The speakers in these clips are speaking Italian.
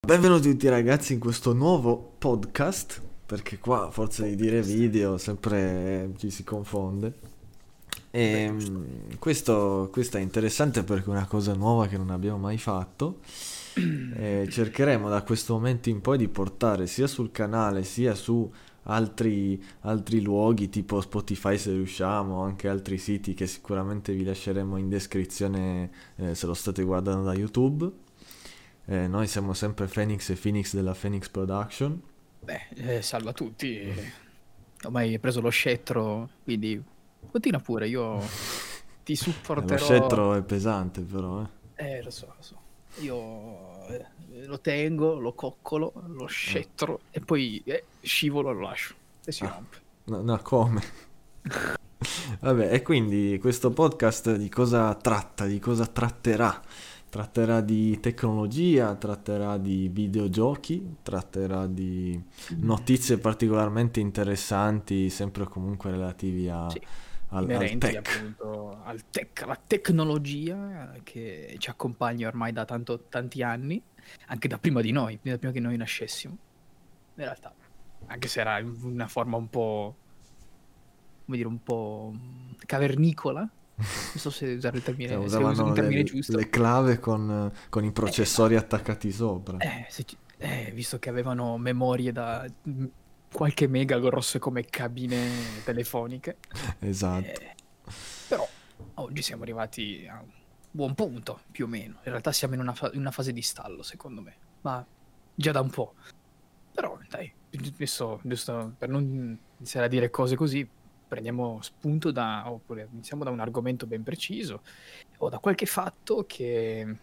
Benvenuti tutti ragazzi in questo nuovo podcast, perché qua a forza di dire video sempre ci si confonde. Beh, E giusto. questo è interessante perché è una cosa nuova che non abbiamo mai fatto. E cercheremo da questo momento in poi di portare sia sul canale sia su altri luoghi tipo Spotify se riusciamo, anche altri siti che sicuramente vi lasceremo in descrizione se lo state guardando da YouTube. Noi siamo sempre Phoenix e Phoenix della Phoenix Production. Beh, salve a tutti. Ormai hai preso lo scettro, quindi continua pure, io ti Lo supporterò. scettro è pesante però, eh. Lo so, lo so. Io lo tengo, lo coccolo, lo Ah, scettro e poi scivolo e lo lascio e si ah, rompe. no, no, come? Vabbè, e quindi questo podcast di cosa tratta? Di cosa tratterà? Tratterà di tecnologia, tratterà di videogiochi, tratterà di notizie particolarmente interessanti, sempre o comunque relativi Sì, al inerenti tech. appunto alla tecnologia che ci accompagna ormai da tanti anni, anche da prima di noi, da prima che noi nascessimo. In realtà, anche se era in una forma un po', come dire, un po', cavernicola. Non so se usare il Cioè, termine, se uso un usavano termine giusto. le clave con i processori Esatto. attaccati sopra. Se ci visto che avevano memorie da, qualche mega grosse come cabine telefoniche. Esatto. Ehm, Però oggi siamo arrivati a un buon punto, più o meno. In realtà siamo in una fase di stallo, secondo me, ma già da un po'. Però dai, adesso giusto per non iniziare a dire cose così, prendiamo spunto oppure iniziamo da un argomento ben preciso o da qualche fatto che,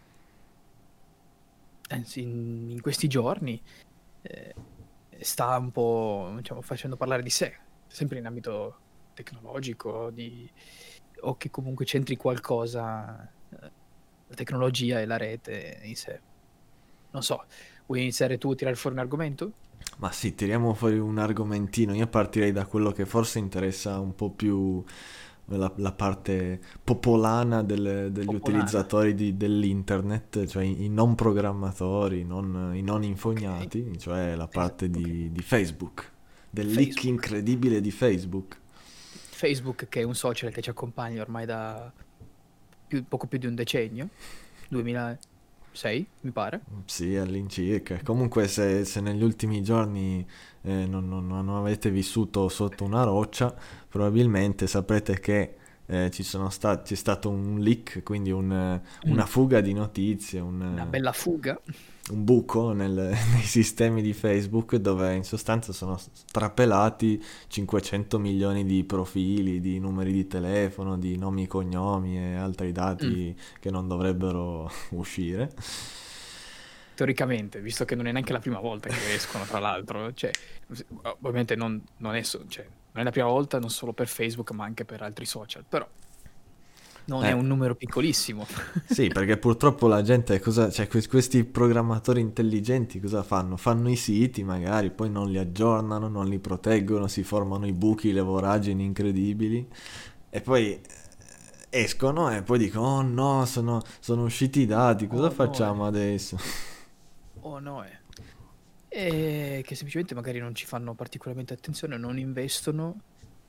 anzi in questi giorni, ehm, sta un po', diciamo, facendo parlare di sé, sempre in ambito tecnologico, o che comunque c'entri qualcosa, la tecnologia e la rete in sé. Non so, vuoi iniziare tu a tirar fuori un argomento? Ma sì, tiriamo fuori un argomentino. Io partirei da quello che forse interessa un po' più la parte popolana degli Popolana. utilizzatori dell'internet, cioè i non programmatori, i non Okay, infognati, cioè la parte okay. di Facebook, del leak Facebook. incredibile di Facebook. Facebook che è un social che ci accompagna ormai da poco più di un decennio, 2006 mi pare. Sì, all'incirca. Comunque, se negli ultimi giorni non avete vissuto sotto una roccia, probabilmente saprete che c'è stato un leak, quindi una Mh. fuga di notizie, Una bella fuga. un buco nei sistemi di Facebook dove in sostanza sono strapelati 500 milioni di profili, di numeri di telefono, di nomi e cognomi e altri Mh. dati che non dovrebbero uscire. Teoricamente, visto che non è neanche la prima volta che escono tra l'altro, cioè ovviamente non è cioè non è la prima volta non solo per Facebook, ma anche per altri social, però non è Eh, un numero piccolissimo. sì, perché purtroppo la gente, cioè questi programmatori intelligenti cosa fanno? Fanno i siti magari, poi non li aggiornano, non li proteggono, si formano i buchi, le voragini incredibili e poi escono e poi dicono, oh no, sono usciti i dati, cosa Oh no, facciamo adesso? oh no. Che semplicemente magari non ci fanno particolarmente attenzione, non investono,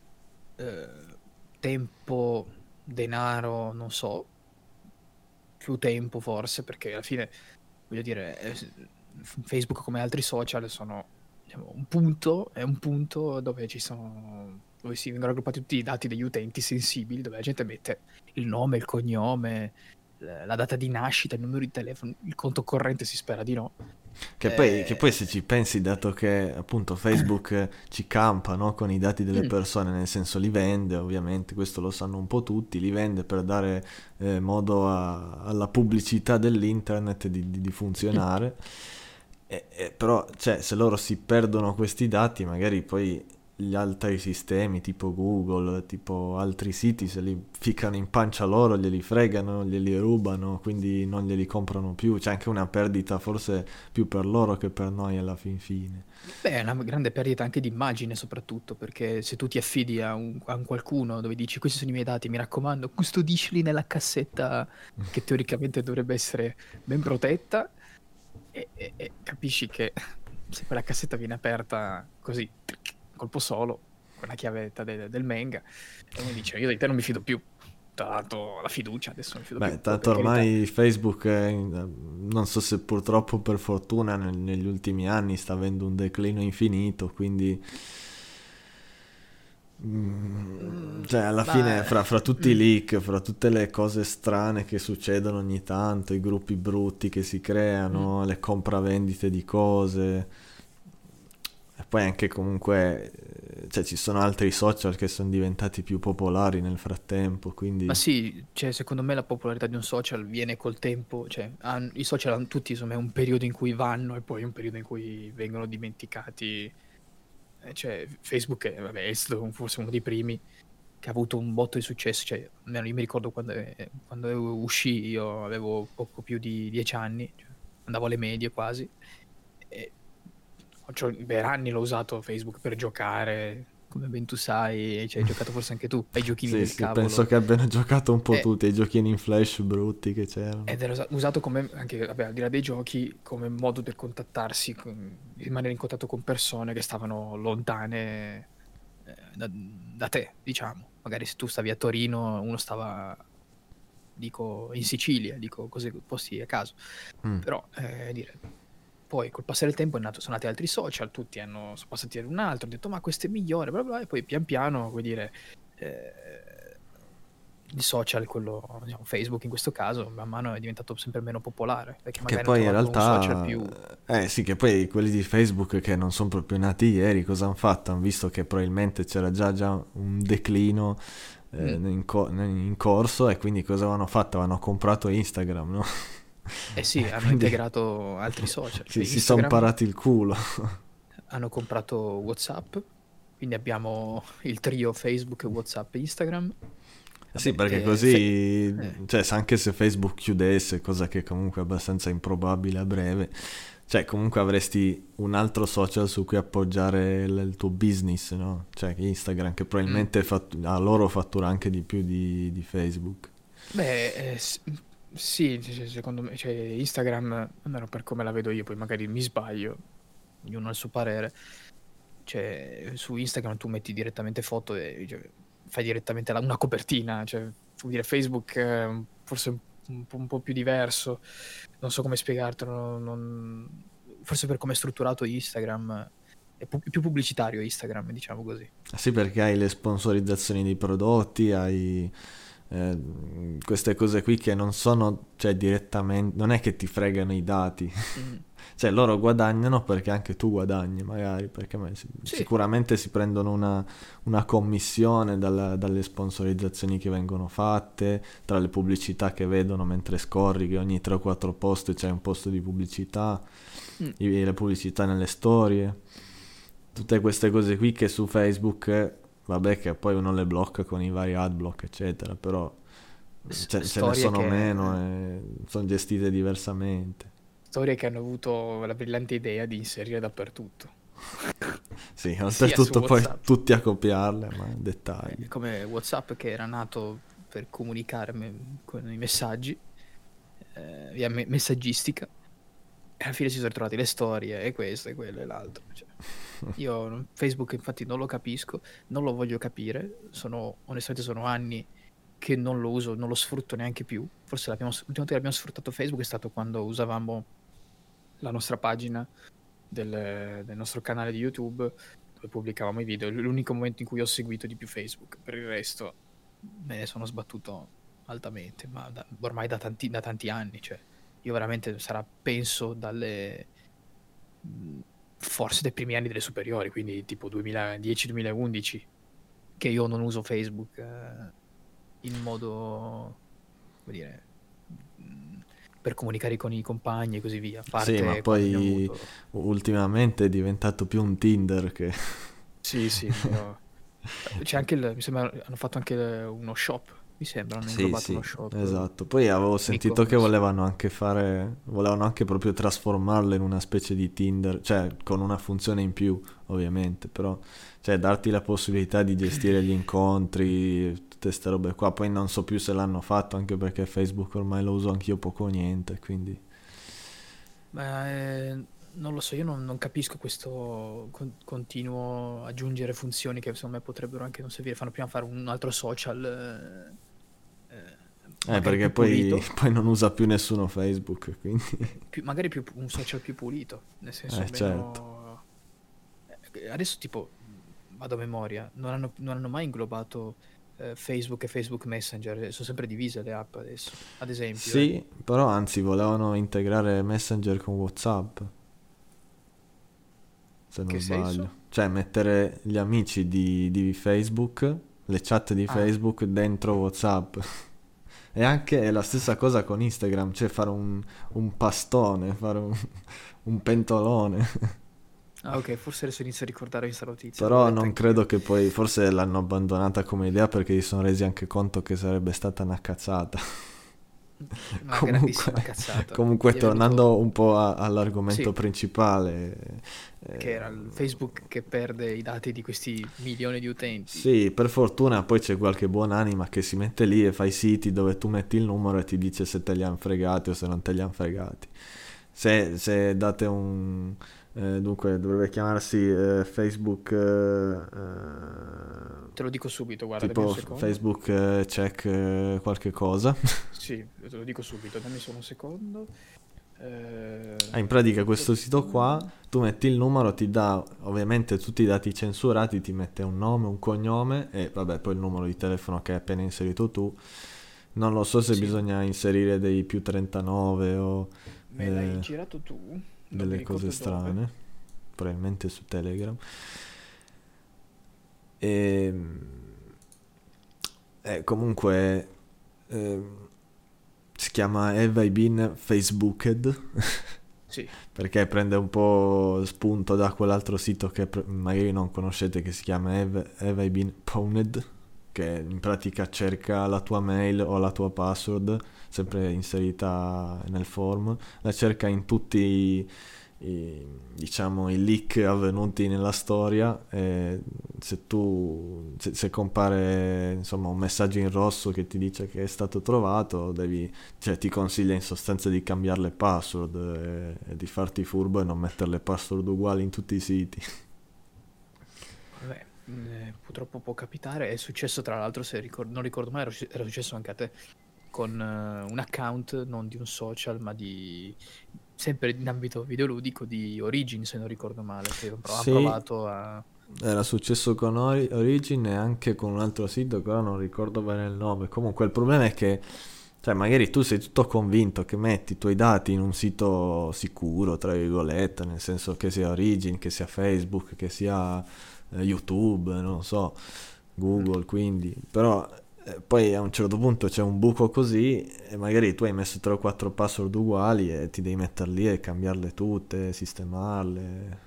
tempo, denaro, non so, più tempo forse, perché alla fine, voglio dire, Facebook come altri social sono, diciamo, un punto dove si vengono raggruppati tutti i dati degli utenti sensibili, dove la gente mette il nome, il cognome, la data di nascita, il numero di telefono, il conto corrente si spera di no. Che poi Ehm se ci pensi, dato che appunto Facebook ci campa, no, con i dati delle mh, persone, nel senso li vende, ovviamente, questo lo sanno un po' tutti, li vende per dare modo alla pubblicità dell'internet di mh. funzionare. Però, cioè, se loro si perdono questi dati, magari poi gli altri sistemi, tipo Google, tipo altri siti, se li ficcano in pancia loro, glieli fregano, glieli rubano, quindi non glieli comprano più. C'è anche una perdita forse più per loro che per noi alla fin fine. Beh, è una grande perdita anche di immagine soprattutto, perché se tu ti affidi a un qualcuno dove dici: "Questi sono i miei dati, mi raccomando custodiscili nella cassetta che teoricamente dovrebbe essere ben protetta", e capisci che se quella cassetta viene aperta così, colpo solo, con la chiavetta del manga, e uno dice io di te non mi fido più, ti ho dato la fiducia, adesso non mi fido più. Beh, Poi tanto per carità, ormai Facebook, non so se purtroppo o per fortuna, negli ultimi anni sta avendo un declino infinito, quindi cioè alla fine ma fra tutti i leak, fra tutte le cose strane che succedono ogni tanto, i gruppi brutti che si creano, le compravendite di cose, e poi anche comunque, cioè ci sono altri social che sono diventati più popolari nel frattempo, ma quindi sì, cioè, secondo me la popolarità di un social viene col tempo, cioè, i social hanno tutti, insomma, un periodo in cui vanno e poi un periodo in cui vengono dimenticati. Cioè, Facebook vabbè, è stato forse uno dei primi che ha avuto un botto di successo, cioè, almeno io mi ricordo quando uscì, io avevo poco più di 10 anni, cioè, andavo alle medie quasi, e per anni l'ho usato Facebook per giocare, come ben tu sai, ci hai giocato forse anche tu, ai giochini sì del sì, penso cavolo. che abbiano giocato un po' E, tutti i giochini in flash brutti che c'erano. ed era usato come, anche, vabbè, al di là dei giochi, come modo per contattarsi, rimanere in contatto con persone che stavano lontane da te, diciamo. Magari se tu stavi a Torino, uno stava, dico, in Sicilia, dico cose, posti a caso. Mm. Però, dire, poi col passare del tempo sono nati altri social, tutti sono passati ad un altro, hanno detto ma questo è migliore, bla bla, e poi pian piano, vuol dire, il social, quello, diciamo, Facebook in questo caso, man mano è diventato sempre meno popolare, perché Che magari hanno poi in trovato un social realtà, più... sì, che poi quelli di Facebook che non sono proprio nati ieri, cosa hanno fatto? Hanno visto che probabilmente c'era già un declino Mm. in corso, e quindi cosa avevano fatto? Avevano comprato Instagram, no? Eh sì, E hanno quindi integrato altri social, cioè si sono Instagram, parati il culo. hanno comprato WhatsApp, quindi abbiamo il trio Facebook, WhatsApp e Instagram. Sì, Vabbè, perché così, cioè, anche se Facebook chiudesse, cosa che comunque è abbastanza improbabile a breve, cioè comunque avresti un altro social su cui appoggiare il tuo business, no? Cioè Instagram, che mm. probabilmente a loro fattura anche di più di Facebook. Beh, sì, secondo me, cioè, Instagram, almeno per come la vedo io, poi magari mi sbaglio, ognuno ha il suo parere. Cioè, su Instagram tu metti direttamente foto e cioè, fai direttamente una copertina, cioè, vuol dire Facebook forse un po' più diverso, non so come spiegartelo, forse per come è strutturato Instagram, è più pubblicitario Instagram, diciamo così. Sì, perché hai le sponsorizzazioni dei prodotti, hai queste cose qui che non sono, cioè, direttamente, non è che ti fregano i dati. Mm. Cioè, loro guadagnano perché anche tu guadagni, magari, perché Sì, sicuramente si prendono una commissione dalle sponsorizzazioni che vengono fatte, tra le pubblicità che vedono mentre scorri, che ogni 3 o 4 post c'è un posto di pubblicità, mm. le pubblicità nelle storie, tutte queste cose qui che su Facebook, vabbè, che poi uno le blocca con i vari adblock, eccetera, però ce ne Storie sono che... meno e sono gestite diversamente. Storie che hanno avuto la brillante idea di inserire dappertutto. Sì, Sia su oltretutto poi WhatsApp, tutti a copiarle, ma dettagli. come WhatsApp che era nato per comunicare con i messaggi, via messaggistica, e alla fine si sono ritrovati le storie e questo e quello e l'altro. Cioè, io Facebook infatti non lo capisco, non lo voglio capire, onestamente sono anni che non lo uso, non lo sfrutto neanche più. Forse l'ultima volta che abbiamo sfruttato Facebook è stato quando usavamo la nostra pagina del nostro canale di YouTube dove pubblicavamo i video. È l'unico momento in cui ho seguito di più Facebook. Per il resto me ne sono sbattuto altamente, ma ormai da tanti anni. Cioè, io veramente sarà, penso, forse dai primi anni delle superiori, quindi tipo 2010-2011, che io non uso Facebook in modo, come dire, mh, per comunicare con i compagni e così via, a Sì, ma parte quando abbiamo poi avuto... ultimamente è diventato più un Tinder che... Sì, sì, c'è anche mi sembra hanno fatto anche uno shop, mi sembra, hanno Sì, inglobato uno sì, shop, esatto. Poi avevo un sentito che e-commerce. volevano anche proprio trasformarlo in una specie di Tinder, cioè con una funzione in più, ovviamente, però, cioè darti la possibilità di gestire gli incontri, tutte ste robe qua. Poi non so più se l'hanno fatto, anche perché Facebook ormai lo uso anch'io poco o niente, quindi... Ma non lo so, io non capisco questo continuo aggiungere funzioni che secondo me potrebbero anche non servire. Fanno prima fare un altro social, magari Perché più poi, pulito, poi non usa più nessuno Facebook, quindi... magari un social più pulito, nel senso Certo. meno... Adesso tipo, vado a memoria, non hanno mai inglobato Facebook e Facebook Messenger, sono sempre divise le app adesso, ad esempio, Sì, però anzi volevano integrare Messenger con WhatsApp, se In non che sbaglio. senso? Cioè mettere gli amici di Facebook, le chat di Ah, Facebook dentro WhatsApp. E anche è la stessa cosa con Instagram, cioè fare un pastone, fare un pentolone. ah, ok, forse adesso inizio a ricordare questa notizia, l'avevo Però letta non anch'io. credo che poi, forse l'hanno abbandonata come idea perché si sono resi anche conto che sarebbe stata una cazzata. Una grandissima Comunque, cazzata. comunque Gli è venuto, tornando un po' all'argomento sì, principale, che era il Facebook che perde i dati di questi milioni di utenti. sì, per fortuna poi c'è qualche buonanima che si mette lì e fa i siti dove tu metti il numero e ti dice se te li hanno fregati o se non te li hanno fregati. Se date un... dunque dovrebbe chiamarsi Facebook... Te lo dico subito, guarda, dammi un tipo secondo. Facebook check qualche cosa. Sì, te lo dico subito, dammi solo un secondo. In pratica Tu, tu, questo sito qua, tu. tu metti il numero, ti dà ovviamente tutti i dati censurati, ti mette un nome, un cognome e vabbè poi il numero di telefono che hai appena inserito tu. Non lo so se Sì, bisogna inserire dei più 39 o me l'hai eh, girato tu, non mi delle cose ricordo dove. strane, probabilmente su Telegram. E comunque eh, si chiama Have I Been Facebooked? Sì, Perché prende un po' spunto da quell'altro sito che magari non conoscete che si chiama Have I Been Pwned, che in pratica cerca la tua mail o la tua password sempre inserita nel form, la cerca in tutti diciamo i leak avvenuti nella storia e se compare insomma un messaggio in rosso che ti dice che è stato trovato cioè ti consiglia in sostanza di cambiare le password e di farti furbo e non mettere le password uguali in tutti i siti. vabbè, purtroppo può capitare. È successo tra l'altro, se non ricordo mai, era successo anche a te, con un account non di un social, ma di sempre in ambito videoludico di Origin, se non ricordo male, che hanno Sì, provato a... era successo con Origin e anche con un altro sito che ora non ricordo bene il nome. Comunque il problema è che cioè magari tu sei tutto convinto che metti i tuoi dati in un sito sicuro, tra virgolette, nel senso che sia Origin, che sia Facebook, che sia YouTube, non lo so, Mm. Google, quindi, però poi a un certo punto c'è un buco così e magari tu hai messo 3 o 4 password uguali e ti devi mettere lì e cambiarle tutte, sistemarle.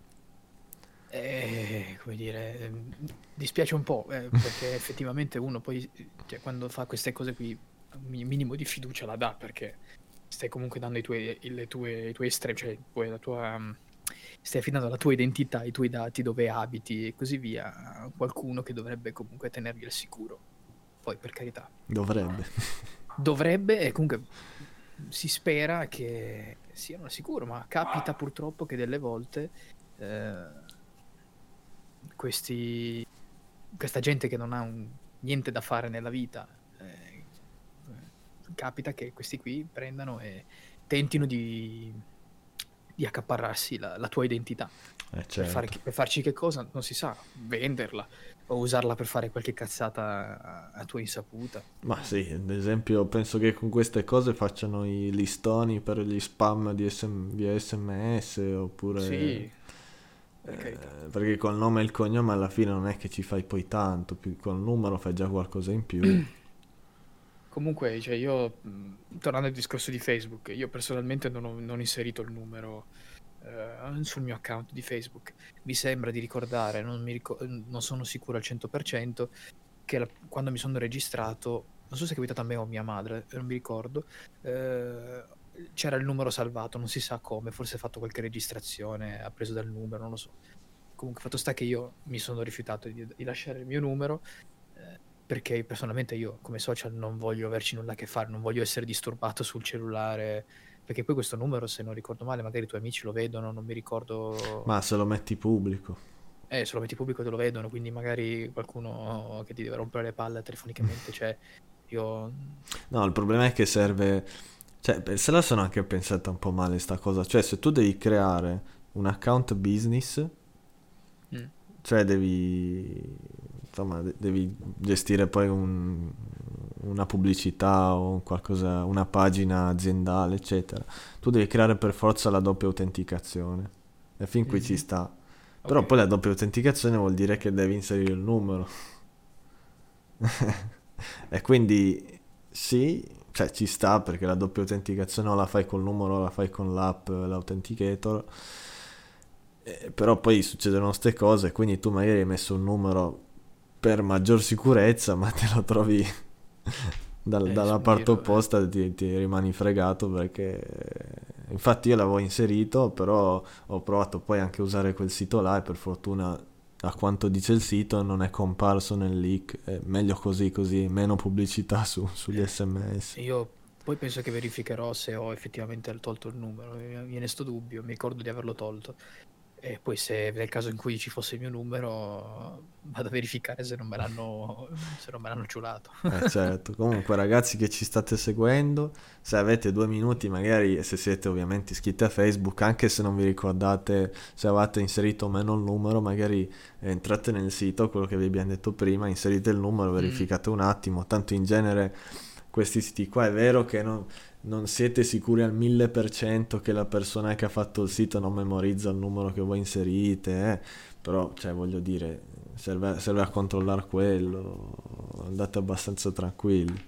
Come dire, dispiace un po', perché effettivamente uno poi, cioè, quando fa queste cose qui, un minimo di fiducia la dà, perché stai comunque dando i tuoi estremi, cioè la tua, stai affidando la tua identità, i tuoi dati, dove abiti e così via, a qualcuno che dovrebbe comunque tenerli al sicuro. Poi, per carità, Dovrebbe. dovrebbe, e comunque si spera che siano al sicuro, ma capita purtroppo che delle volte eh, questi, questa gente che non ha niente da fare nella vita, capita che questi qui prendano e tentino di accaparrarsi la tua identità. Certo. Per farci che cosa? Non si sa, venderla o usarla per fare qualche cazzata a tua insaputa. Ma sì, ad esempio penso che con queste cose facciano i listoni per gli spam via SMS oppure... Sì, per carità. perché col nome e il cognome alla fine non è che ci fai poi tanto, più col numero fai già qualcosa in più. Comunque, cioè io, tornando al discorso di Facebook, io personalmente non ho inserito il numero sul mio account di Facebook. Mi sembra di ricordare, non sono sicuro al 100%, che quando mi sono registrato, non so se è capitato a me o a mia madre, non mi ricordo, eh, c'era il numero salvato, non si sa come, forse ha fatto qualche registrazione, ha preso dal numero, non lo so. Comunque, fatto sta che io mi sono rifiutato di lasciare il mio numero, perché personalmente io come social non voglio averci nulla a che fare, non voglio essere disturbato sul cellulare, Perché poi questo numero, se non ricordo male, magari i tuoi amici lo vedono, non mi ricordo. Ma se lo metti pubblico. Se lo metti pubblico te lo vedono, quindi magari qualcuno che ti deve rompere le palle telefonicamente, cioè io. No, il problema è che serve... Cioè, se la sono anche pensata un po' male sta cosa. Cioè, se tu devi creare un account business, Mm. cioè devi... Insomma, devi gestire poi una pubblicità o qualcosa, una pagina aziendale, eccetera. Tu devi creare per forza la doppia autenticazione. E fin qui ci Mhm. sta. Però Ok. poi la doppia autenticazione vuol dire che devi inserire il numero. E quindi sì, cioè ci sta perché la doppia autenticazione o la fai col numero o la fai con l'app, l'authenticator. Però poi succedono queste cose, quindi tu magari hai messo un numero per maggior sicurezza, ma te lo trovi dalla parte Io, opposta e ti rimani fregato perché infatti io l'avevo inserito, però ho provato poi anche a usare quel sito là e per fortuna a quanto dice il sito non è comparso nel leak, è meglio così, così meno pubblicità sugli sms. io poi penso che verificherò se ho effettivamente tolto il numero, mi viene sto dubbio, mi ricordo di averlo tolto. E poi se nel caso in cui ci fosse il mio numero, vado a verificare se non me l'hanno ciulato. Certo, comunque ragazzi che ci state seguendo, se avete 2 minuti magari, se siete ovviamente iscritti a Facebook, anche se non vi ricordate se avete inserito o meno il numero, magari entrate nel sito, quello che vi abbiamo detto prima, inserite il numero, Mm. verificate un attimo, tanto in genere questi siti qua è vero che non siete sicuri al 1000% che la persona che ha fatto il sito non memorizza il numero che voi inserite, però cioè voglio dire, serve a controllare quello, andate abbastanza tranquilli.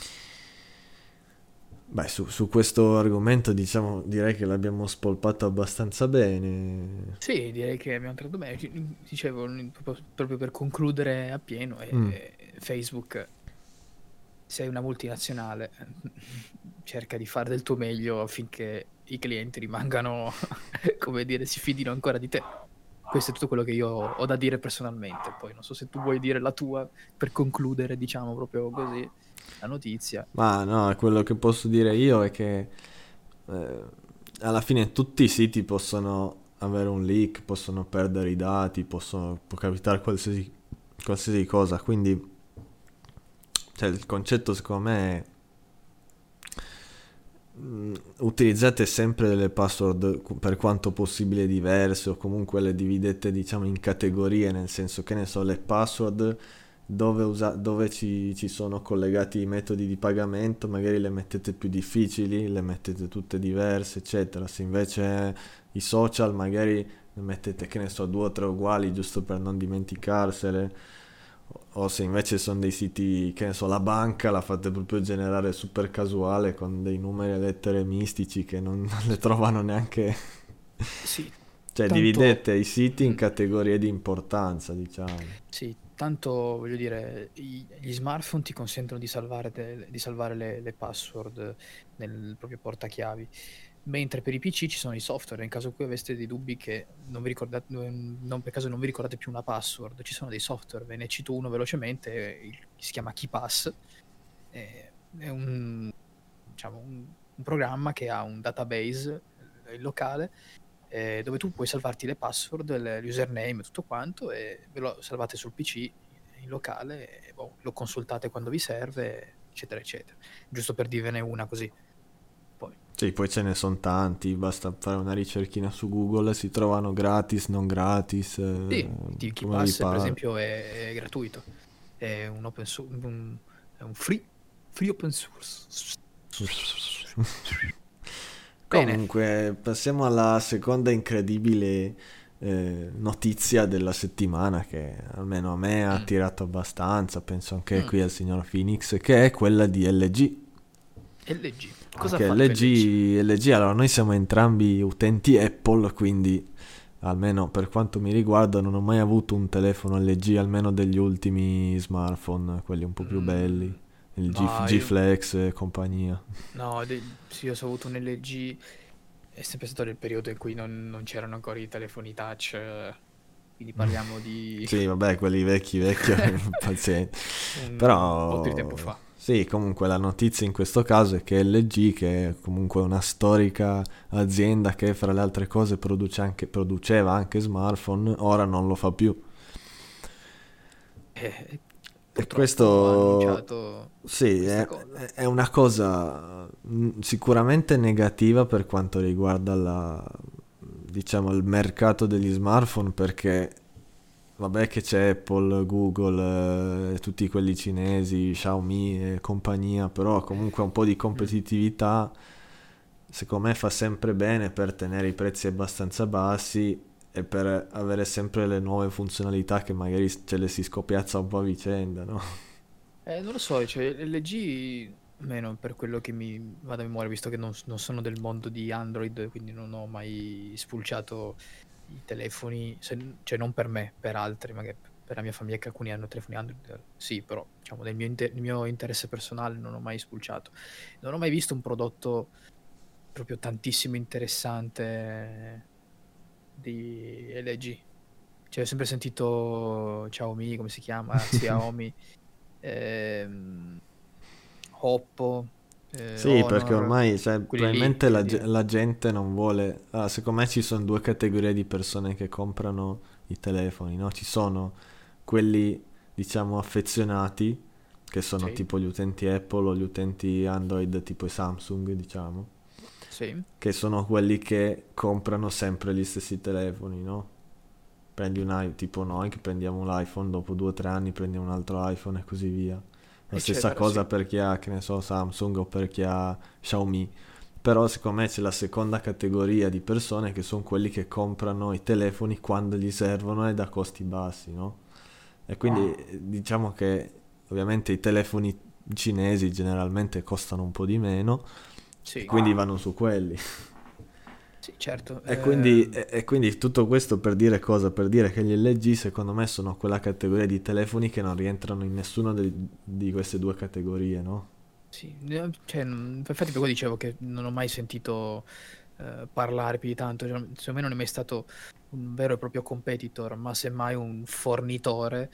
Beh, su questo argomento diciamo, direi che l'abbiamo spolpato abbastanza bene. Sì, direi che abbiamo tratto bene. Dicevo, proprio per concludere appieno, Mm. Facebook, sei una multinazionale, cerca di fare del tuo meglio affinché i clienti rimangano, come dire, si fidino ancora di te. Questo è tutto quello che io ho da dire personalmente. Poi non so se tu vuoi dire la tua per concludere, diciamo proprio così, la notizia. Ma no, quello che posso dire io è che eh, alla fine tutti i siti possono avere un leak, possono perdere i dati, può capitare qualsiasi cosa, quindi cioè, il concetto secondo me è utilizzate sempre delle password per quanto possibile diverse o comunque le dividete diciamo in categorie, nel senso che ne so, le password dove ci sono collegati i metodi di pagamento magari le mettete più difficili, le mettete tutte diverse eccetera. Se invece i social magari ne mettete che ne so 2 o 3 uguali giusto per non dimenticarsele, o se invece sono dei siti, che ne so, la banca la fate proprio generare super casuale con dei numeri e lettere mistici che non le trovano neanche. Sì, Cioè, tanto. dividete i siti in Mm. categorie di importanza, diciamo. Sì, tanto voglio dire, gli smartphone ti consentono di salvare le password nel proprio portachiavi, mentre per i PC ci sono i software. Nel caso in cui aveste dei dubbi che non vi ricordate, non, per caso non vi ricordate più una password, ci sono dei software, ve ne cito uno velocemente, si chiama KeePass, è diciamo, un programma che ha un database locale dove tu puoi salvarti le password, l'username, tutto quanto, e ve lo salvate sul PC in locale, e lo consultate quando vi serve, eccetera, eccetera. Giusto per dirvene una così. Poi, Sì, poi ce ne sono tanti, basta fare una ricerchina su Google, si trovano gratis, non gratis, sì, come vi KeePass, per pare. esempio, è gratuito. È un open source, è un free open source. Bene. Comunque, passiamo alla seconda incredibile notizia della settimana che almeno a me ha Mm, attirato abbastanza, penso anche mm. qui al signor Phoenix, che è quella di LG. LG. Cosa ha Perché fatto LG? LG, allora noi siamo entrambi utenti Apple, quindi almeno per quanto mi riguarda non ho mai avuto un telefono LG, almeno degli ultimi smartphone, quelli un po' più belli, Mm, il no, G Flex e compagnia. no, sì, io ho avuto un LG. È sempre stato nel periodo in cui non c'erano ancora i telefoni touch, quindi parliamo di Sì, vabbè, quelli vecchi, pazienti. un po' di tempo Però, fa. sì, comunque la notizia in questo caso è che LG, che è comunque una storica azienda che fra le altre cose produceva anche smartphone, ora non lo fa più. E Purtroppo ha questo, annunciato sì, questa cosa. è una cosa sicuramente negativa per quanto riguarda diciamo, il mercato degli smartphone, perché vabbè che c'è Apple, Google, tutti quelli cinesi, Xiaomi e compagnia, però comunque un po' di Mm. competitività secondo me fa sempre bene per tenere i prezzi abbastanza bassi e per avere sempre le nuove funzionalità che magari ce le si scopiazza un po' a vicenda, no? Non lo so, cioè LG, almeno per quello che mi vado a memoria, visto che non sono del mondo di Android, quindi non ho mai spulciato i telefoni, cioè non per me, per altri, magari per la mia famiglia che alcuni hanno telefoni Android, sì, però diciamo nel mio interesse personale non ho mai spulciato. Non ho mai visto un prodotto proprio tantissimo interessante di LG. Cioè, ho sempre sentito Xiaomi, come si chiama? Xiaomi, ehm, Oppo, Sì, perché Honor, ormai, cioè, quelli lì, probabilmente voglio dire. la gente non vuole. Ah, secondo me ci sono due categorie di persone che comprano i telefoni, no? Ci sono quelli, diciamo, affezionati, che sono Sì, tipo gli utenti Apple o gli utenti Android, tipo i Samsung, diciamo, sì, che sono quelli che comprano sempre gli stessi telefoni, no? Prendi tipo noi che prendiamo un iPhone, dopo 2 o 3 anni prendiamo un altro iPhone e così via. La stessa eccetera, cosa sì. per chi ha, che ne so, Samsung o per chi ha Xiaomi. Però secondo me c'è la seconda categoria di persone che sono quelli che comprano i telefoni quando gli servono e da costi bassi, no? E quindi diciamo che ovviamente i telefoni cinesi generalmente costano un po' di meno e Sì, quindi vanno su quelli. sì, certo. E quindi tutto questo per dire cosa? Per dire che gli LG secondo me sono quella categoria di telefoni che non rientrano in nessuna di queste due categorie, no? Sì, cioè, infatti per quello dicevo che non ho mai sentito parlare più di tanto, cioè, secondo me non è mai stato un vero e proprio competitor, ma semmai un fornitore,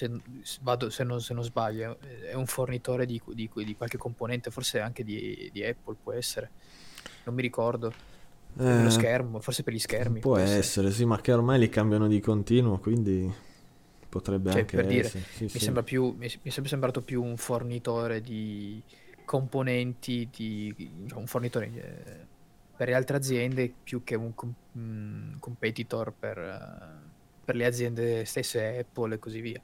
se non sbaglio, è un fornitore di qualche componente, forse anche di Apple può essere, non mi ricordo, dello Eh, schermo, forse per gli schermi può può essere. essere, sì, ma che ormai li cambiano di continuo, quindi potrebbe Cioè, anche per dire, essere, sì, mi sì. sembra mi è sempre sembrato più un fornitore di componenti, un fornitore per le altre aziende più che un competitor per le aziende stesse, Apple e così via.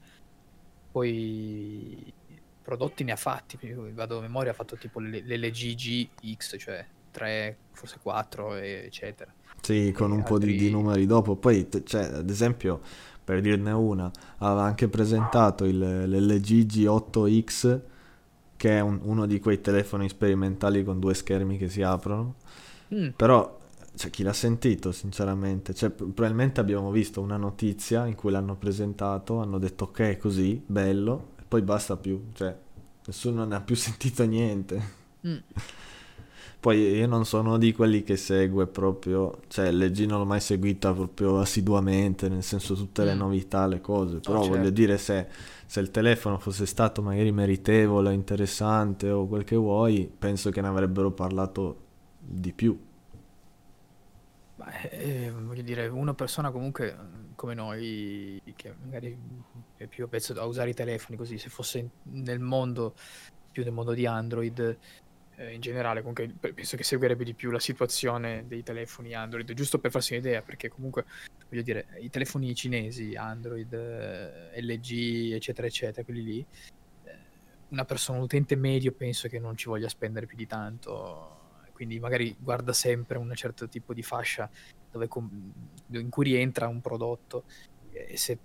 Poi prodotti ne ha fatti, io vado a memoria, ha fatto tipo l'LG G X, cioè 3, forse 4, eccetera. Sì, con E un po' di altri... numeri dopo. Poi, cioè, ad esempio, per dirne una, aveva anche presentato l'LG G8X, che è uno di quei telefoni sperimentali con due schermi che si aprono. Mm, Però, cioè, chi l'ha sentito, sinceramente? Cioè, probabilmente abbiamo visto una notizia in cui l'hanno presentato, hanno detto ok, è così, bello, e poi basta più. Cioè, nessuno ne ha più sentito niente. mm, Poi io non sono di quelli che segue proprio, cioè LG non l'ho mai seguita proprio assiduamente, nel senso tutte le mm. novità, le cose, No, però voglio certo. dire se il telefono fosse stato magari meritevole, interessante o quel che vuoi, penso che ne avrebbero parlato di più. Ma, voglio dire, una persona comunque come noi, che magari è più avvezzo a usare i telefoni così, se fosse nel mondo, più nel mondo di Android, in generale, comunque penso che seguirebbe di più la situazione dei telefoni Android, giusto per farsi un'idea, perché comunque, voglio dire, i telefoni cinesi, Android, LG, eccetera, eccetera, quelli lì, una persona, un utente medio, penso che non ci voglia spendere più di tanto, quindi magari guarda sempre un certo tipo di fascia in cui rientra un prodotto e se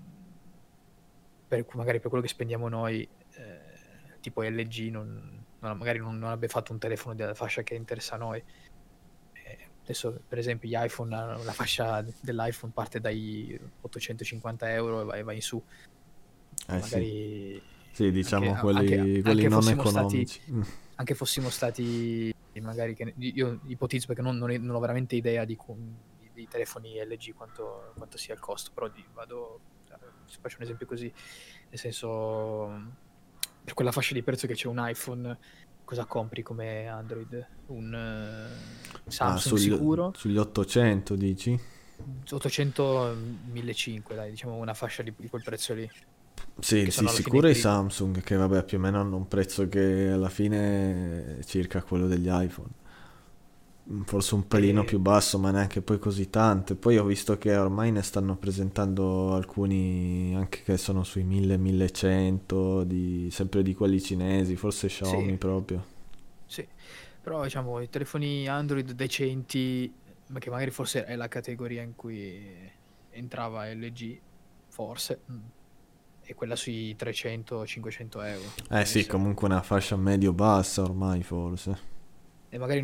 magari per quello che spendiamo noi, tipo LG magari non abbia fatto un telefono della fascia che interessa a noi. Adesso per esempio gli iPhone, la fascia dell'iPhone parte dai 850 euro e va in su, e Eh sì, magari sì, anche, diciamo anche, quelli anche non fossimo stati economici. magari che io ipotizzo perché non ho veramente idea dei telefoni LG quanto sia il costo, però faccio un esempio così, nel senso, per quella fascia di prezzo che c'è un iPhone, cosa compri come Android? Un Samsung sicuro? Sugli 800 dici? 800, 1500, dai, diciamo una fascia di quel prezzo lì, Sì, che sì, sono alla fine sicuro i per i... Samsung, che vabbè più o meno hanno un prezzo che alla fine è circa quello degli iPhone. Forse un pelino e- più basso, ma neanche poi così tanto. E poi ho visto che ormai ne stanno presentando alcuni anche che sono sui 1000-1100, sempre di quelli cinesi, forse sì, Xiaomi proprio. sì, però diciamo i telefoni Android decenti, ma che magari forse è la categoria in cui entrava LG, forse, è quella sui 300-500 euro, Eh deve sì, essere. comunque una fascia medio-bassa ormai forse. E magari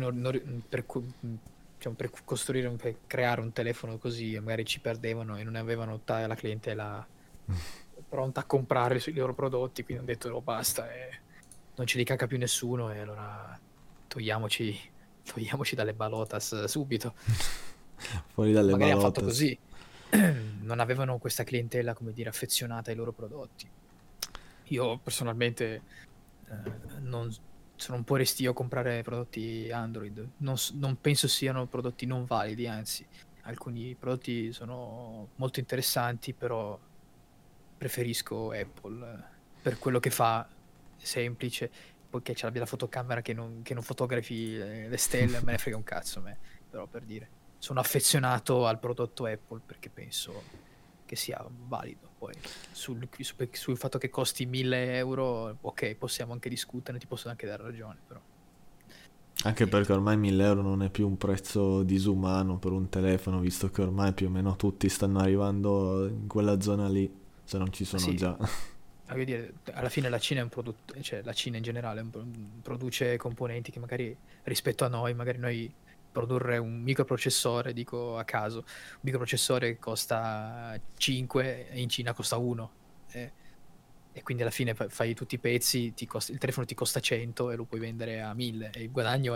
diciamo, per costruire, per creare un telefono così, magari ci perdevano e non avevano tutta la clientela pronta a comprare sui loro prodotti, quindi hanno detto no, basta, non ce li caga più nessuno e allora togliamoci, togliamoci dalle balotas subito. Fuori dalle Magari hanno fatto balotas. così, non avevano questa clientela, come dire, affezionata ai loro prodotti. Io personalmente non, sono un po' restio a comprare prodotti Android. Non penso siano prodotti non validi, anzi, alcuni prodotti sono molto interessanti, però preferisco Apple per quello che fa, è semplice, poiché ce l'abbia la fotocamera che non fotografi le stelle, me ne frega un cazzo a me, però per dire. Sono affezionato al prodotto Apple perché penso che sia valido. Poi sul fatto che costi 1000 euro, ok, possiamo anche discutere, ti posso anche dare ragione, però Anche perché niente. ormai 1000 euro non è più un prezzo disumano per un telefono, visto che ormai più o meno tutti stanno arrivando in quella zona lì, se non ci Ma sono sì, già. voglio dire, alla fine la Cina è un prodotto, cioè la Cina in generale produce componenti che magari rispetto a noi, magari noi produrre un microprocessore, dico a caso, un microprocessore costa 5 e in Cina costa 1. E quindi alla fine fai tutti i pezzi, il telefono ti costa 100 e lo puoi vendere a 1000 e il guadagno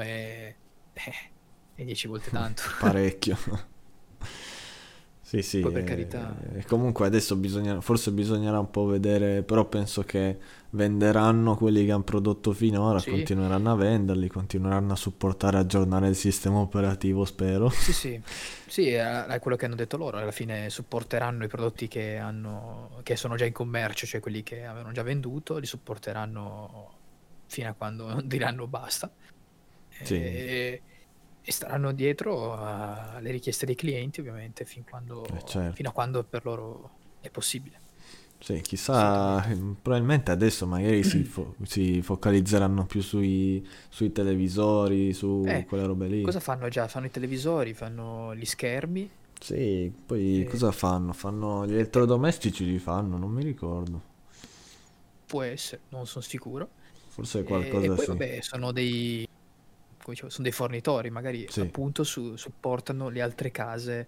è 10 volte tanto. Parecchio. Sì, sì, Poi per carità, e comunque adesso forse bisognerà un po' vedere, però penso che venderanno quelli che hanno prodotto finora, sì. continueranno a venderli, continueranno a supportare e aggiornare il sistema operativo, spero. Sì, sì, sì, è quello che hanno detto loro. Alla fine supporteranno i prodotti che sono già in commercio, cioè quelli che avevano già venduto, li supporteranno fino a quando non diranno basta Sì, e, e staranno dietro alle richieste dei clienti, ovviamente, fino certo. a quando per loro è possibile. Sì, chissà, Assolutamente. probabilmente adesso magari si focalizzeranno più sui televisori, su Eh, quelle robe lì. cosa fanno già? Fanno i televisori, fanno gli schermi. Sì, poi eh, cosa fanno? Fanno gli e elettrodomestici li fanno, non mi ricordo. può essere, non sono sicuro. Forse E qualcosa poi sì. vabbè, come dicevo, sono dei fornitori, magari Sì, appunto supportano le altre case,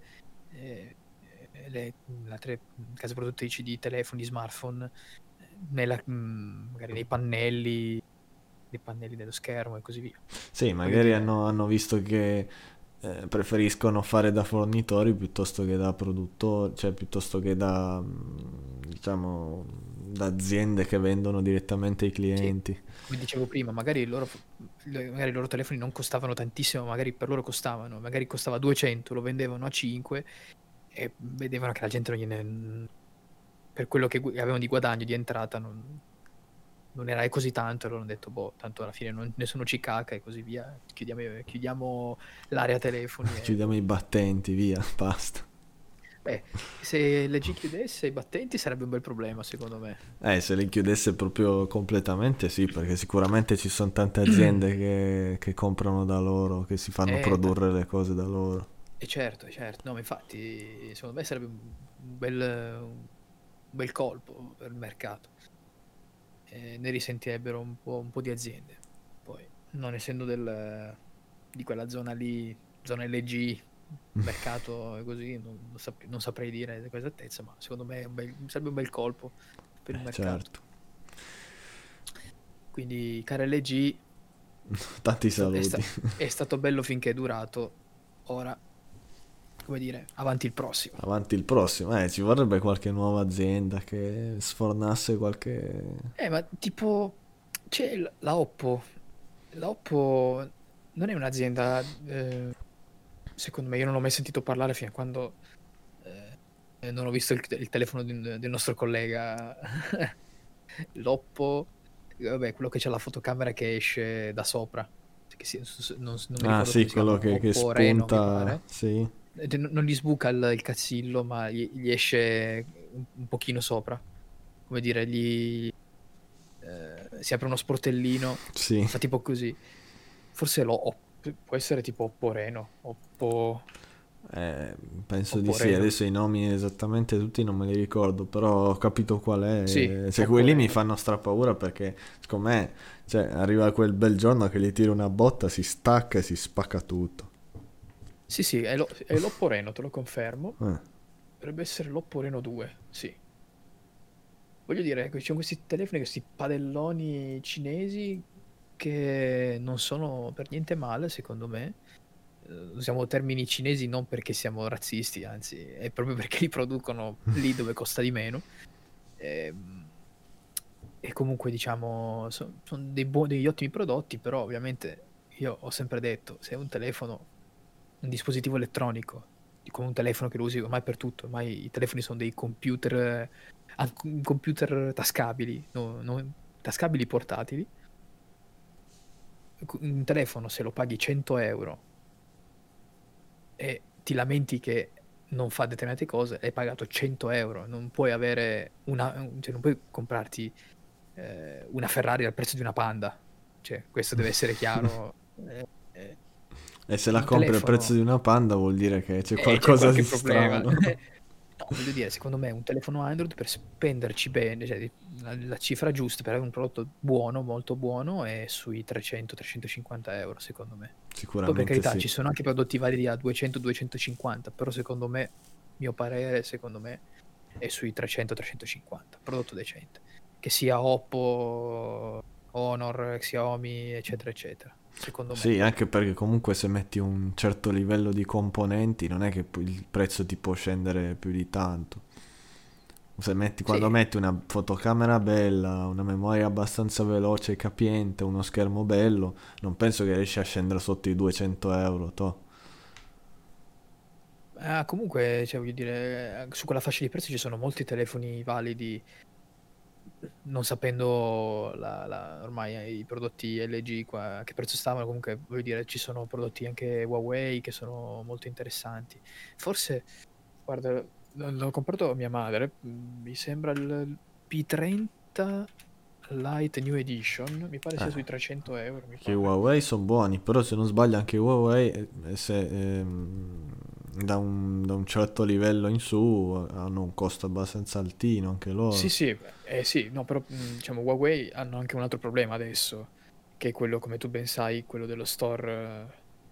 le altre case produttrici di telefoni, di smartphone, magari nei pannelli dello schermo e così via. sì, Voglio magari dire, hanno visto che preferiscono fare da fornitori piuttosto che da produttori, cioè piuttosto che da, diciamo, da aziende che vendono direttamente ai sì, clienti. come dicevo prima, magari i loro telefoni non costavano tantissimo, magari per loro costavano, magari costava 200, lo vendevano a 5 e vedevano che la gente non gliene per quello che avevano di guadagno, di entrata, non era così tanto, e loro hanno detto, boh, tanto alla fine nessuno ci caca e così via, chiudiamo l'area telefoni e Chiudiamo boh. i battenti, via, basta. Beh, se LG chiudesse i battenti sarebbe un bel problema, secondo me. Se li chiudesse proprio completamente, sì, perché sicuramente ci sono tante aziende che comprano da loro, che si fanno produrre le cose da loro. certo, no, ma infatti, secondo me sarebbe un bel colpo per il mercato. Ne risentirebbero un po' di aziende. Poi, non essendo di quella zona lì, zona LG, mercato e così, non saprei dire con esattezza, ma secondo me sarebbe un bel colpo per il mercato. Certo. Quindi, cara LG, Tanti è, sta- è saluti. sta- è stato bello finché è durato, ora come dire, avanti il prossimo. Avanti il prossimo. Ci vorrebbe qualche nuova azienda che sfornasse qualche... Ma tipo, c'è la Oppo. La Oppo non è un'azienda, secondo me, io non l'ho mai sentito parlare fino a quando non ho visto il telefono del nostro collega. L'Oppo, vabbè, quello che c'ha la fotocamera che esce da sopra. Non mi Ah ricordo sì, come si chiama, quello che Oppo Reno, mi spunta, pare. sì. Non gli sbuca il cazzillo, ma gli esce un pochino sopra. Come dire, si apre uno sportellino, Sì. fa tipo così. Forse può essere tipo Oppo Reno, Eh, penso di Oppo sì, Reno. adesso i nomi esattamente tutti non me li ricordo, però ho capito qual Sì, è. Cioè, Oppo quelli mi Reno. fanno strapaura perché, secondo me, cioè, arriva quel bel giorno che gli tiri una botta, si stacca e si spacca tutto. Sì, sì, è l'Oppo Reno, te lo confermo. Eh. Dovrebbe essere l'Oppo Reno 2, sì. Voglio dire, ci sono questi telefoni, questi padelloni cinesi che non sono per niente male, secondo me. Usiamo termini cinesi non perché siamo razzisti, anzi, è proprio perché li producono lì dove costa di meno. Ehm, E, comunque, diciamo, sono degli ottimi prodotti, però ovviamente io ho sempre detto, se è un telefono, un dispositivo elettronico, come un telefono che lo usi ormai per tutto, ormai i telefoni sono dei computer, anche computer tascabili, non tascabili portatili. Un telefono, se lo paghi 100 euro e ti lamenti che non fa determinate cose, hai pagato 100 euro, non puoi avere cioè non puoi comprarti una Ferrari al prezzo di una Panda, cioè questo deve essere chiaro. Eh, E se la un compri al prezzo telefono di una Panda vuol dire che c'è c'è qualcosa qualche di problema. strano. No, voglio dire, secondo me un telefono Android per spenderci bene, cioè la cifra giusta per avere un prodotto buono, molto buono, è sui 300-350 euro, secondo me. Poi per Sicuramente carità sì. ci sono anche prodotti validi a 200-250, però secondo me, mio parere, secondo me, è sui 300-350, prodotto decente. Che sia Oppo, Honor, Xiaomi, eccetera, eccetera. Secondo me. Sì, anche perché comunque se metti un certo livello di componenti non è che il prezzo ti può scendere più di tanto. Se metti, quando Sì, metti una fotocamera bella, una memoria abbastanza veloce e capiente, uno schermo bello, non penso che riesci a scendere sotto i 200 euro, toh. comunque, cioè, voglio dire, su quella fascia di prezzi ci sono molti telefoni validi, non sapendo ormai i prodotti LG qua, a che prezzo stavano, comunque voglio dire, ci sono prodotti anche Huawei che sono molto interessanti. Forse, guarda, l'ho comprato a mia madre, mi sembra il P30 Lite New Edition, mi pare sia sui 300 euro, mi Che i pare. Huawei sono buoni, però se non sbaglio anche i Huawei, se, da un certo livello in su, hanno un costo abbastanza altino anche Sì, loro. sì, sì, no, però diciamo Huawei hanno anche un altro problema adesso, che è quello, come tu ben sai, quello dello store.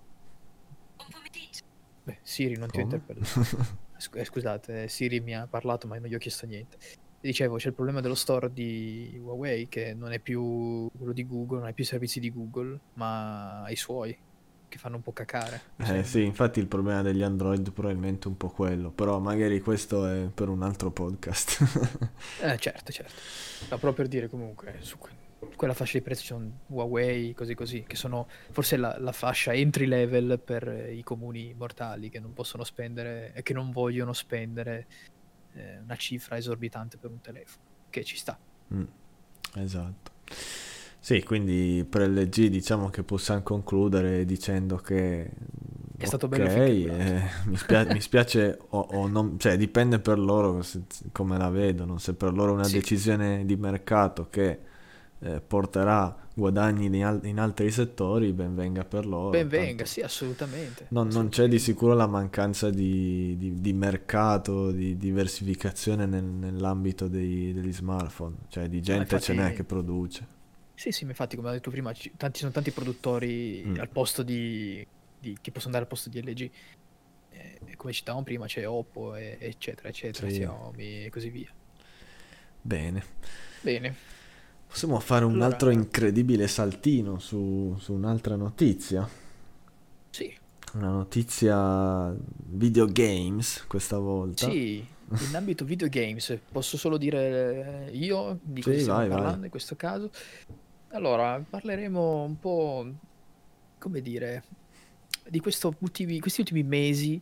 Beh, Siri, non ti ho Come? interpellato. Scusate, Siri mi ha parlato, ma non gli ho chiesto niente. Dicevo, c'è il problema dello store di Huawei, che non è più quello di Google, non ha più i servizi di Google, ma ha i suoi, che fanno un po' cacare, mi Sì, sembra. infatti il problema degli Android probabilmente è un po' quello, però magari questo è per un altro podcast. Certo, certo. No, però per dire comunque, quella fascia di prezzo ci sono Huawei, così così, che sono forse la fascia entry level per i comuni mortali che non possono spendere e che non vogliono spendere una cifra esorbitante per un telefono, che ci sta. Mm, esatto. Sì, quindi per LG diciamo che possiamo concludere dicendo che È stato ok, bello finché è durato. mi spiace o non, cioè dipende per loro come la vedono, se per loro è una Sì, decisione di mercato che porterà guadagni in altri settori, ben venga per loro, ben venga, tanto sì, assolutamente, non c'è di assolutamente. sicuro la mancanza di mercato, di diversificazione nell'ambito degli smartphone, cioè di No, gente ce n'è che infatti, produce. sì, sì, ma infatti, come ho detto prima, sono tanti produttori Mm, al posto che possono andare al posto di LG. Come citavamo prima c'è Oppo, eccetera, eccetera, sì, Xiaomi e così via. bene. Bene, Possiamo fare un altro allora incredibile saltino su un'altra notizia. sì, una notizia videogames questa volta. Sì, in ambito videogames posso solo dire io di cosa Sì, stiamo vai, vai. parlando in questo caso. Allora, parleremo un po', come dire, di questi ultimi mesi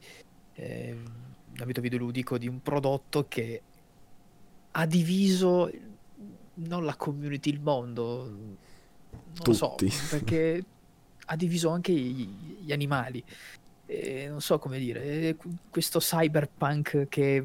in ambito videoludico di un prodotto che ha diviso non la community, il mondo, non lo so, Tutti. perché ha diviso anche gli animali. Non so come dire, questo cyberpunk che,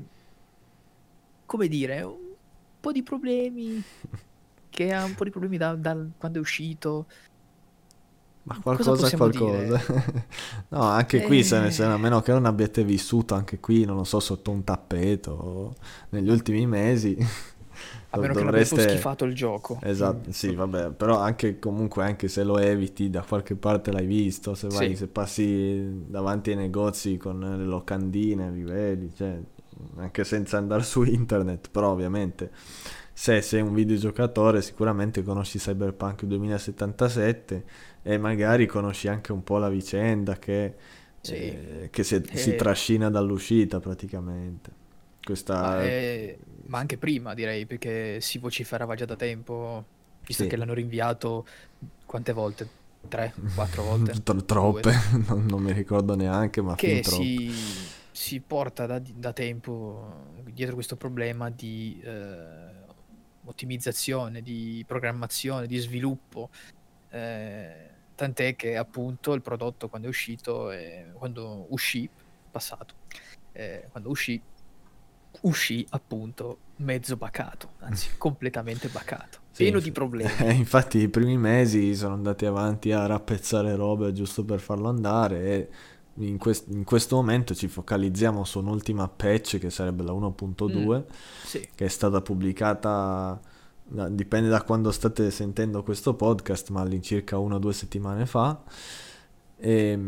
come dire, un po' di problemi, che ha un po' di problemi da quando è uscito. Ma Cosa qualcosa è possiamo qualcosa. dire? No, anche qui a meno che non abbiate vissuto anche qui, non lo so, sotto un tappeto negli ultimi mesi, A meno che non abbia proprio dovreste... schifato il gioco. Esatto, sì, vabbè, però anche comunque, anche se lo eviti, da qualche parte l'hai visto, se vai, Sì, se passi davanti ai negozi con le locandine, li vedi, cioè, anche senza andare su internet, però ovviamente se sei un videogiocatore sicuramente conosci Cyberpunk 2077 e magari conosci anche un po' la vicenda sì. che si Eh, trascina dall'uscita praticamente. Ma, Questa... eh, ma anche prima, direi, perché si vociferava già da tempo, visto Sì, che l'hanno rinviato quante volte? 3, 4 volte? troppe, Due. non mi ricordo neanche, ma fin Che troppe. si porta da tempo dietro questo problema di ottimizzazione, di programmazione, di sviluppo. Tant'è che appunto il prodotto quando uscì, passato, quando uscì appunto mezzo bacato, anzi completamente bacato, Sì, pieno di problemi. infatti i primi mesi sono andati avanti a rappezzare robe giusto per farlo andare e in questo momento ci focalizziamo su un'ultima patch che sarebbe la Mm, 1.2 sì. che è stata pubblicata, dipende da quando state sentendo questo podcast, ma all'incirca 1 o 2 settimane fa. E,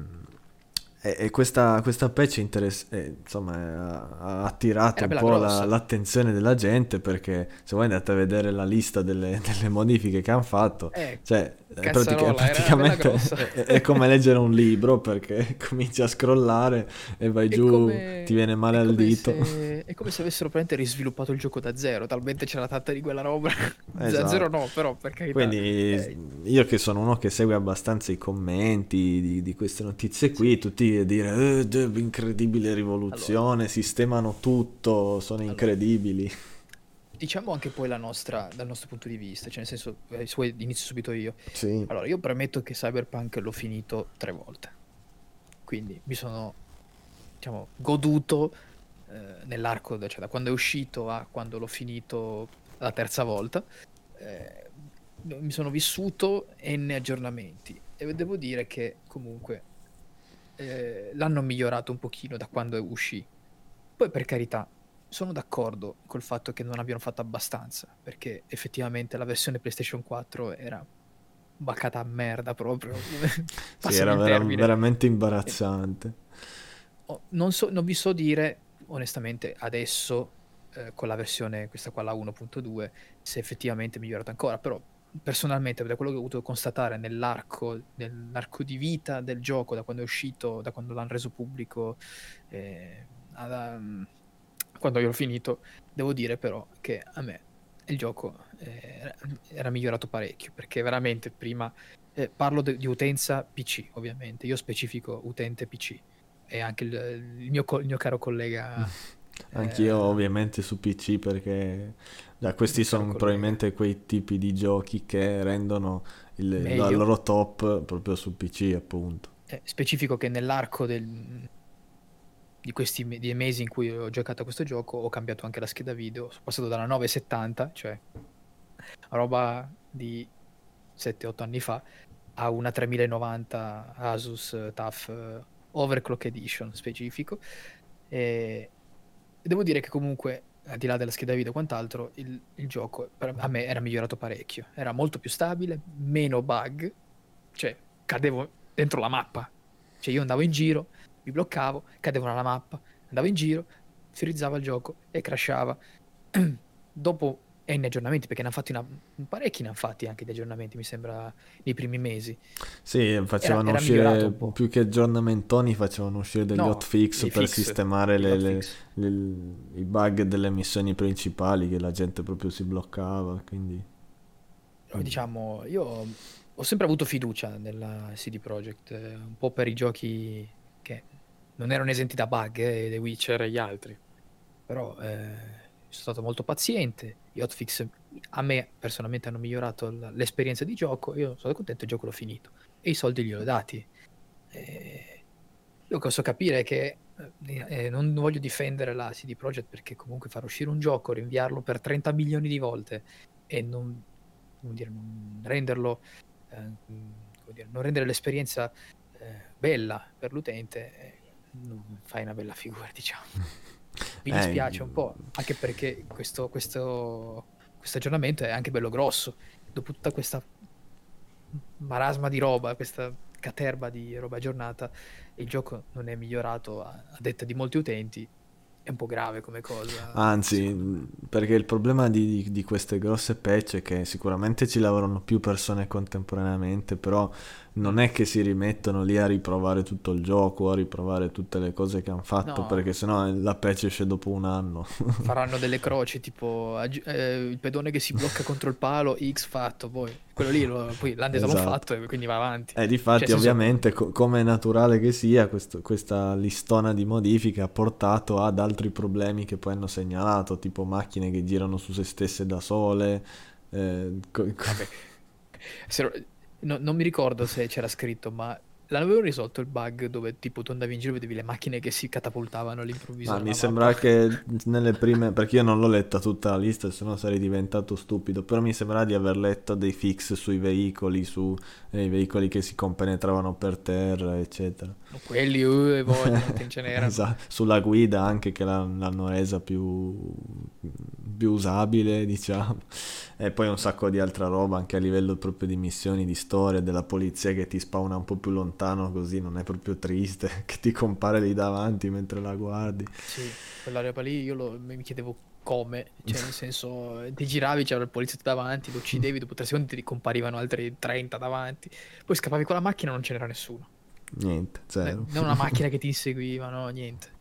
e questa patch insomma, ha attirato Era un bella po' grossa. l'attenzione della gente perché se voi andate a vedere la lista delle modifiche che hanno fatto, cioè è Cazzarola, era bella praticamente grossa. è come leggere un libro perché cominci a scrollare e vai È giù, ti come, viene male al dito. è come se avessero praticamente risviluppato il gioco da zero, talmente c'era tanta di quella roba. Da zero Esatto. no, però, per carità. Quindi io che sono uno che segue abbastanza i commenti di queste notizie Sì. qui, tutti a dire incredibile Allora, rivoluzione, sistemano tutto, sono allora, incredibili. diciamo anche poi dal nostro punto di vista, cioè nel senso, se vuoi inizio subito io. Sì. Allora, io premetto che Cyberpunk l'ho finito 3 volte, quindi mi sono, diciamo, goduto nell'arco, cioè da quando è uscito a quando l'ho finito la terza volta, eh, mi sono vissuto N aggiornamenti e devo dire che comunque l'hanno migliorato un pochino da quando uscì. Poi per carità, sono d'accordo col fatto che non abbiano fatto abbastanza, perché effettivamente la versione PlayStation 4 era baccata a merda proprio, Sì, passami era il termine. veramente E imbarazzante. non vi so dire onestamente adesso con la versione questa qua la 1.2 se effettivamente è migliorato ancora, però personalmente da quello che ho avuto constatare nell'arco di vita del gioco da quando è uscito, da quando l'hanno reso pubblico ad, quando io l'ho finito, devo dire però che a me il gioco era migliorato parecchio perché veramente prima parlo di utenza PC ovviamente, io specifico utente PC e anche il mio caro collega, Anch'io eh, ovviamente su PC perché il mio questi caro sono collega, probabilmente quei tipi di giochi che rendono la meglio. loro top proprio su PC appunto. Specifico che nell'arco di questi di mesi in cui ho giocato a questo gioco ho cambiato anche la scheda video, sono passato dalla 970, cioè roba di 7-8 anni fa, a una 3090 Asus TUF Overclock Edition specifico. E devo dire che comunque, al di là della scheda video e quant'altro, il gioco a me era migliorato parecchio. Era molto più stabile, meno bug, cioè cadevo dentro la mappa. Cioè io andavo in giro, mi bloccavo, cadevo nella mappa, andavo in giro, frizzava il gioco e crashava. Dopo è in aggiornamenti, perché ne hanno fatti parecchi, ne hanno fatti anche di aggiornamenti, mi sembra, nei primi mesi. Sì, facevano Era migliorato uscire un po'. più che aggiornamentoni, facevano uscire degli No, hotfix i per fix, sistemare gli hotfix. i bug delle missioni principali che la gente proprio si bloccava, quindi... Diciamo, io ho sempre avuto fiducia nella CD Projekt, un po' per i giochi che non erano esenti da bug, The Witcher e gli altri. Però sono stato molto paziente, gli hotfix a me personalmente hanno migliorato l'esperienza di gioco, io sono stato contento, il gioco l'ho finito e i soldi li ho dati. Io posso capire che non voglio difendere la CD Projekt, perché comunque far uscire un gioco, rinviarlo per 30 milioni di volte e non renderlo, come dire, non rendere l'esperienza bella per l'utente, non fai una bella figura, diciamo. Mi Eh, dispiace un po', anche perché questo aggiornamento è anche bello grosso. Dopo tutta questa marasma di roba, questa caterba di roba aggiornata, il gioco non è migliorato a detta di molti utenti. È un po' grave come cosa, Anzi, secondo me. perché il problema di queste grosse patch è che sicuramente ci lavorano più persone contemporaneamente, però non Mm. è che si rimettono lì a riprovare tutto il gioco, a riprovare tutte le cose che hanno fatto, No, perché sennò la patch esce dopo un anno. faranno delle croci tipo il pedone che si blocca contro il palo, X fatto, poi quello lì poi l'hanno detto l'ho Esatto. fatto e quindi va avanti. E Cioè, difatti, nel senso, ovviamente, come è naturale che sia, questa listona di modifiche ha portato ad altri problemi che poi hanno segnalato, tipo macchine che girano su se stesse da sole. vabbè, se lo- non mi ricordo se c'era scritto, ma l'avevano risolto il bug dove tipo tu andavi in giro e vedevi le macchine che si catapultavano all'improvviso Ma mi nella mappa. sembra che nelle prime, perché io non l'ho letta tutta la lista, se no sarei diventato stupido, però mi sembra di aver letto dei fix sui veicoli, su i veicoli che si compenetravano per terra, eccetera. No, quelli, e voglia, che ce n'erano. Esatto, sulla guida anche che l'hanno resa più usabile, diciamo. E poi un sacco di altra roba anche a livello proprio di missioni, di storia, della polizia che ti spawna un po' più lontano così non è proprio triste, che ti compare lì davanti mentre la guardi. Sì, quella roba lì io mi chiedevo come, cioè nel senso ti giravi, c'era il poliziotto davanti, lo uccidevi, dopo 3 secondi ti ricomparivano altri 30 davanti, poi scappavi con la macchina e non ce n'era nessuno. Niente, zero. Non una macchina che ti inseguiva, no, niente.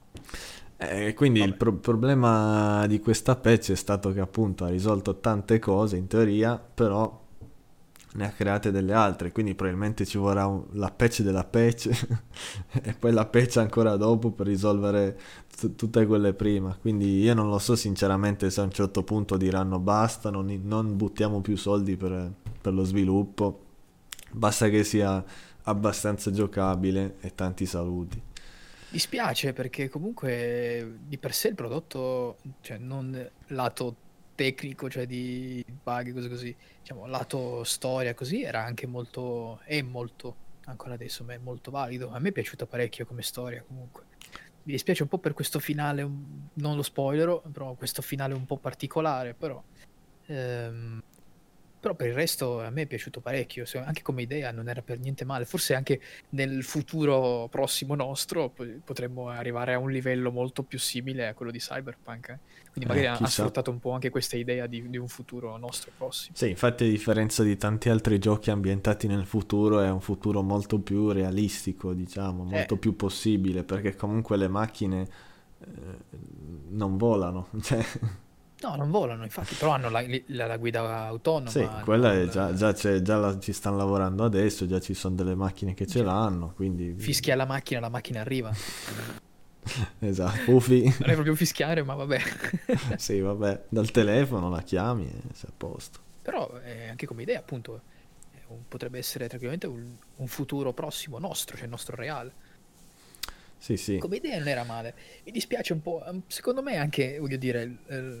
Quindi il Vabbè, problema di questa patch è stato che appunto ha risolto tante cose in teoria, però ne ha create delle altre, quindi probabilmente ci vorrà la patch della patch e poi la patch ancora dopo per risolvere tutte quelle prima. Quindi io non lo so sinceramente se a un certo punto diranno basta, non buttiamo più soldi per lo sviluppo, basta che sia abbastanza giocabile e tanti saluti. dispiace perché comunque di per sé il prodotto, cioè non lato tecnico, cioè di bug, cose così, diciamo lato storia così, era anche molto, è molto, ancora adesso, ma è molto valido. A me è piaciuta parecchio come storia comunque. Mi dispiace un po' per questo finale, non lo spoilerò, però questo finale un po' particolare, ehm, però per il resto a me è piaciuto parecchio, anche come idea non era per niente male. Forse anche nel futuro prossimo nostro potremmo arrivare a un livello molto più simile a quello di Cyberpunk. Quindi magari ha Chissà. sfruttato un po' anche questa idea di un futuro nostro prossimo. Sì, infatti a differenza di tanti altri giochi ambientati nel futuro è un futuro molto più realistico, diciamo, Eh, molto più possibile, perché comunque le macchine eh, non volano, cioè, no, non volano, infatti, però hanno la guida autonoma, sì, quella hanno è già c'è, ci stanno lavorando adesso, già ci sono delle macchine che ce cioè, l'hanno, quindi fischia la macchina arriva. esatto, Pufi, Non è proprio fischiare, ma vabbè. sì, vabbè, dal telefono la chiami e sei a posto. Però anche come idea, appunto, potrebbe essere tranquillamente un futuro prossimo nostro, cioè il nostro reale. Sì, sì, Come idea non era male. Mi dispiace un po', secondo me anche, voglio dire,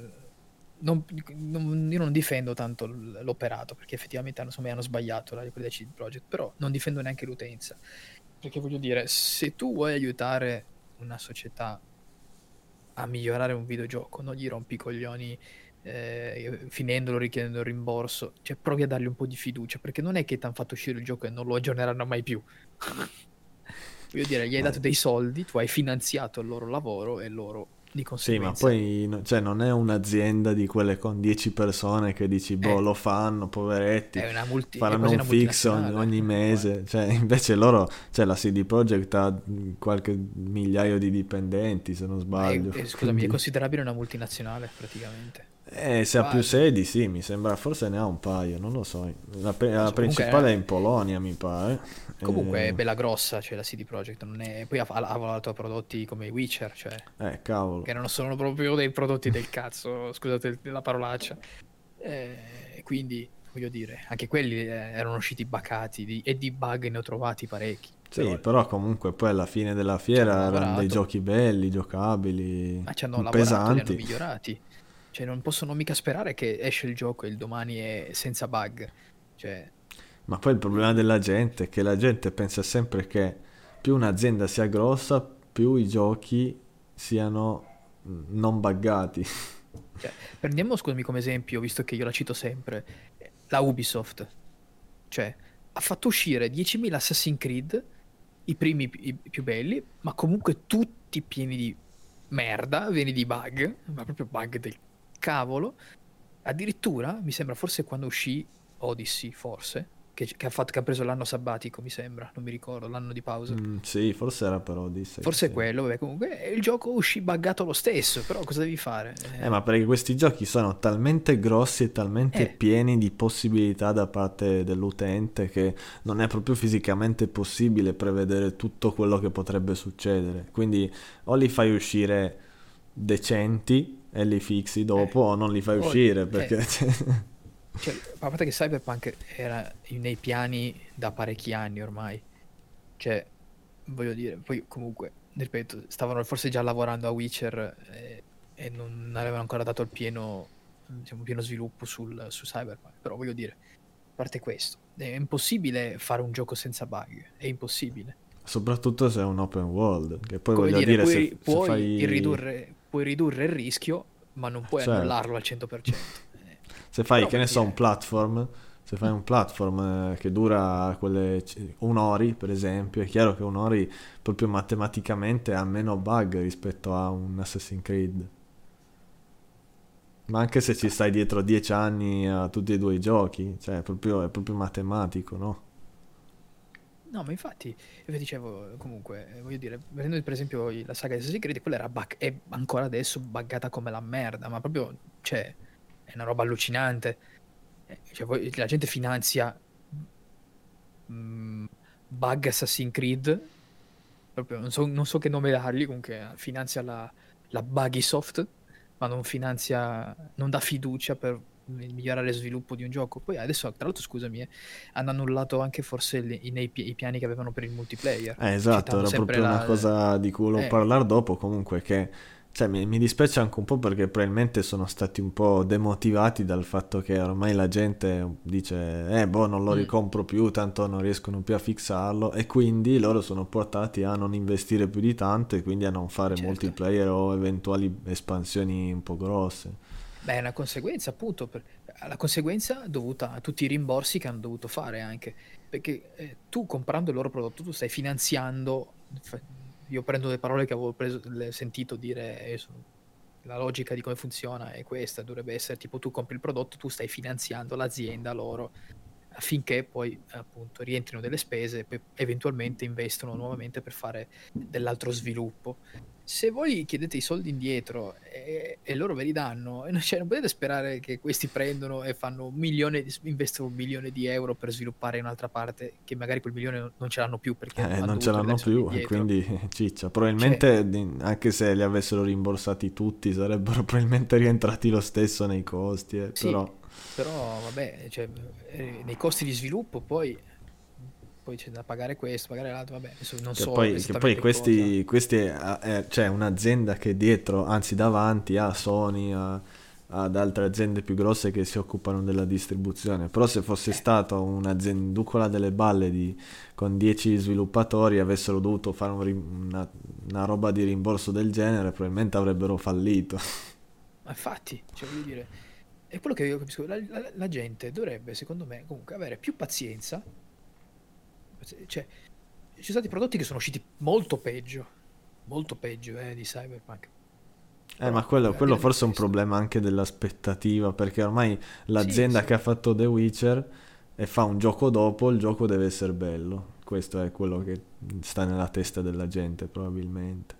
io non difendo tanto l'operato, perché effettivamente insomma, hanno sbagliato quelli da CD Projekt, però non difendo neanche l'utenza. Perché voglio dire, se tu vuoi aiutare una società a migliorare un videogioco, non gli rompi i coglioni finendolo, richiedendo il rimborso, cioè provi a dargli un po' di fiducia, perché non è che ti hanno fatto uscire il gioco e non lo aggiorneranno mai più. Voglio dire, gli hai dato eh, dei soldi, tu hai finanziato il loro lavoro e loro di Sì, ma conseguenza. poi cioè, non è un'azienda di quelle con 10 persone che dici, boh, Eh, lo fanno, poveretti, è faranno quasi un una fix multinazionale, ogni ormai. mese. Cioè, invece loro, cioè la CD Projekt ha qualche migliaio di dipendenti, se non Ma sbaglio. scusami, è Quindi, considerabile una multinazionale praticamente. se ha più Quasi. sedi, sì, mi sembra, forse ne ha un paio, non lo so. Non La so, comunque, principale è in Polonia, mi pare. comunque è bella grossa, cioè la CD Projekt, non è... poi ha lavorato a prodotti come Witcher, cioè, Cavolo. che non sono proprio dei prodotti del cazzo, scusate la parolaccia. Quindi, voglio dire, anche quelli erano usciti bacati e di bug ne ho trovati parecchi, Sì, però però comunque poi alla fine della ci hanno fiera erano dei lavorato, giochi belli, giocabili, ma ci hanno lavorato, li hanno pesanti. migliorati. Cioè, non possono mica sperare che esce il gioco e il domani è senza bug. Cioè, Ma poi il problema della gente è che la gente pensa sempre che più un'azienda sia grossa, più i giochi siano non buggati. cioè, prendiamo, scusami, come esempio, visto che io la cito sempre, la Ubisoft. Cioè, ha fatto uscire 10.000 Assassin's Creed, i primi i più belli, ma comunque tutti pieni di merda, pieni di bug, ma proprio bug del cavolo. Addirittura, mi sembra, forse quando uscì Odyssey, forse, che ha preso l'anno sabbatico, mi sembra, non mi ricordo, l'anno di pausa. Sì, forse era per Odyssey, Forse è sì. quello, vabbè, comunque il gioco uscì buggato lo stesso, però cosa devi fare? Ma perché questi giochi sono talmente grossi e talmente Eh, pieni di possibilità da parte dell'utente che non è proprio fisicamente possibile prevedere tutto quello che potrebbe succedere. Quindi o li fai uscire decenti e li fixi eh, dopo o non li fai poi, uscire perché cioè, a parte che Cyberpunk era nei piani da parecchi anni ormai, cioè, voglio dire, poi comunque, ripeto, stavano forse già lavorando a Witcher e non avevano ancora dato il pieno, diciamo, pieno sviluppo su Cyberpunk, però voglio dire, a parte questo, è impossibile fare un gioco senza bug, è impossibile. soprattutto se è un open world, che poi Come voglio dire, dire se fai puoi ridurre il rischio, ma non puoi certo. annullarlo al 100%. Se fai, Però che ne voglio so, un dire, platform, se fai un platform che dura un'ori, per esempio, è chiaro che un'ori proprio matematicamente ha meno bug rispetto a un Assassin's Creed. Ma anche se ci stai dietro 10 anni a tutti e due i giochi, cioè è proprio matematico, no? no, ma infatti, io dicevo, comunque, voglio dire, prendendo per esempio la saga di Assassin's Creed, quella è ancora adesso buggata come la merda, ma proprio, cioè, è una roba allucinante. Cioè, la gente finanzia mm, bug Assassin's Creed, proprio, non so che nome dargli, comunque finanzia la Buggysoft, ma non finanzia, non dà fiducia per migliorare lo sviluppo di un gioco. Poi adesso, tra l'altro, scusami, hanno annullato anche forse i piani che avevano per il multiplayer, Esatto, citando era sempre proprio una la... cosa di cui volevo Eh, parlare dopo, comunque che cioè, mi dispiace anche un po' perché probabilmente sono stati un po' demotivati dal fatto che ormai la gente dice boh non lo mm, ricompro più, tanto non riescono più a fissarlo e quindi loro sono portati a non investire più di tanto e quindi a non fare certo. multiplayer o eventuali espansioni un po' grosse. Beh, è una conseguenza, appunto, la conseguenza dovuta a tutti i rimborsi che hanno dovuto fare anche, perché tu comprando il loro prodotto, tu stai finanziando, io prendo le parole che avevo sentito dire, la logica di come funziona è questa, dovrebbe essere tipo tu compri il prodotto, tu stai finanziando l'azienda loro affinché poi appunto rientrino delle spese e poi eventualmente investono nuovamente per fare dell'altro sviluppo. Se voi chiedete i soldi indietro e loro ve li danno, cioè, non potete sperare che questi prendono e fanno investono 1 milione di euro per sviluppare in un'altra parte, che magari quel milione non ce l'hanno più perché hanno Non ce dovuto ridare l'hanno i soldi più e indietro. quindi ciccia. Cioè, Probabilmente anche se li avessero rimborsati tutti sarebbero probabilmente rientrati lo stesso nei costi, sì, però però vabbè, cioè, nei costi di sviluppo poi c'è da pagare questo, pagare l'altro, vabbè, adesso non so che poi esattamente cosa. questi cioè un'azienda che dietro, anzi davanti a Sony, ad altre aziende più grosse che si occupano della distribuzione. Però se fosse Eh, stato un'azienducola delle balle con 10 sviluppatori e avessero dovuto fare una roba di rimborso del genere, probabilmente avrebbero fallito. ma infatti, cioè, voglio dire, è quello che io capisco, la gente dovrebbe, secondo me, comunque avere più pazienza, cioè, ci sono stati prodotti che sono usciti molto peggio di Cyberpunk. Ma Però al di quello là di forse è un questo, problema anche dell'aspettativa, perché ormai sì, l'azienda sì. che ha fatto The Witcher e fa un gioco dopo, il gioco deve essere bello. Questo è quello che sta nella testa della gente, probabilmente.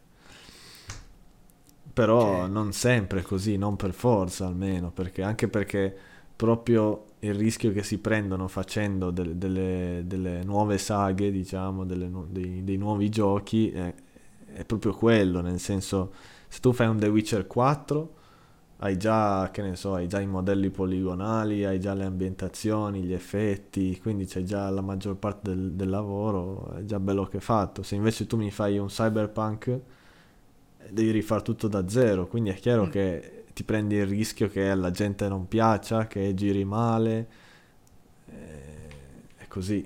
Però Cioè, non sempre è così, non per forza almeno, anche perché proprio il rischio che si prendono facendo delle nuove saghe, diciamo, dei nuovi giochi, è proprio quello, nel senso, se tu fai un The Witcher 4, hai già, che ne so, hai già i modelli poligonali, hai già le ambientazioni, gli effetti, quindi c'è già la maggior parte del lavoro, è già bello che fatto. Se invece tu mi fai un cyberpunk, devi rifare tutto da zero, quindi è chiaro mm, che ti prendi il rischio che alla gente non piaccia, che giri male, è così.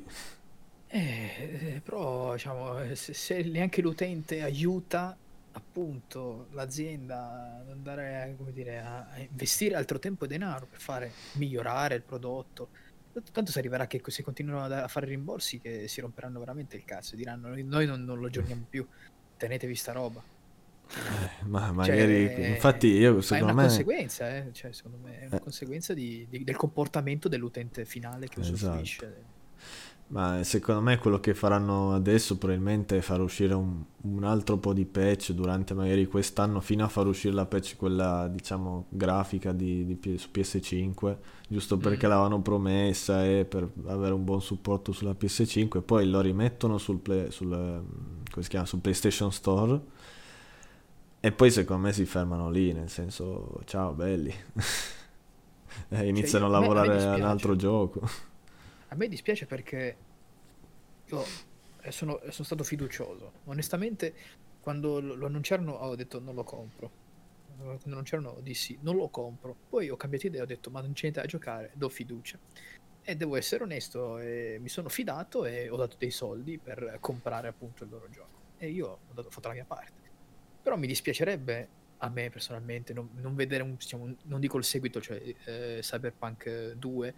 però diciamo, se neanche l'utente aiuta appunto l'azienda ad andare come dire, a investire altro tempo e denaro per fare migliorare il prodotto, tanto si arriverà che se continuano a fare rimborsi che si romperanno veramente il cazzo e diranno noi non lo aggiorniamo più, tenetevi sta roba. Ma magari, infatti Cioè, io, ma è secondo una me, conseguenza, cioè, secondo me è una eh, conseguenza del comportamento dell'utente finale che esatto. usufruisce. Ma secondo me quello che faranno adesso probabilmente è far uscire un altro po' di patch durante magari quest'anno fino a far uscire la patch quella diciamo grafica su PS5, giusto perché Mm. l'avevano promessa e per avere un buon supporto sulla PS5, poi lo rimettono come si chiama, sul PlayStation Store e poi secondo me si fermano lì, nel senso ciao belli, e Cioè, iniziano a a me lavorare a un altro dispiace. gioco. A me dispiace perché io sono stato fiducioso. Onestamente, quando lo annunciarono, ho detto non lo compro. Quando annunciarono, dissi non lo compro. Poi ho cambiato idea, ho detto ma non c'è niente da giocare, do fiducia. E devo essere onesto, mi sono fidato e ho dato dei soldi per comprare appunto il loro gioco. E io ho fatto la mia parte. Però mi dispiacerebbe a me personalmente non vedere non dico il seguito, cioè Cyberpunk 2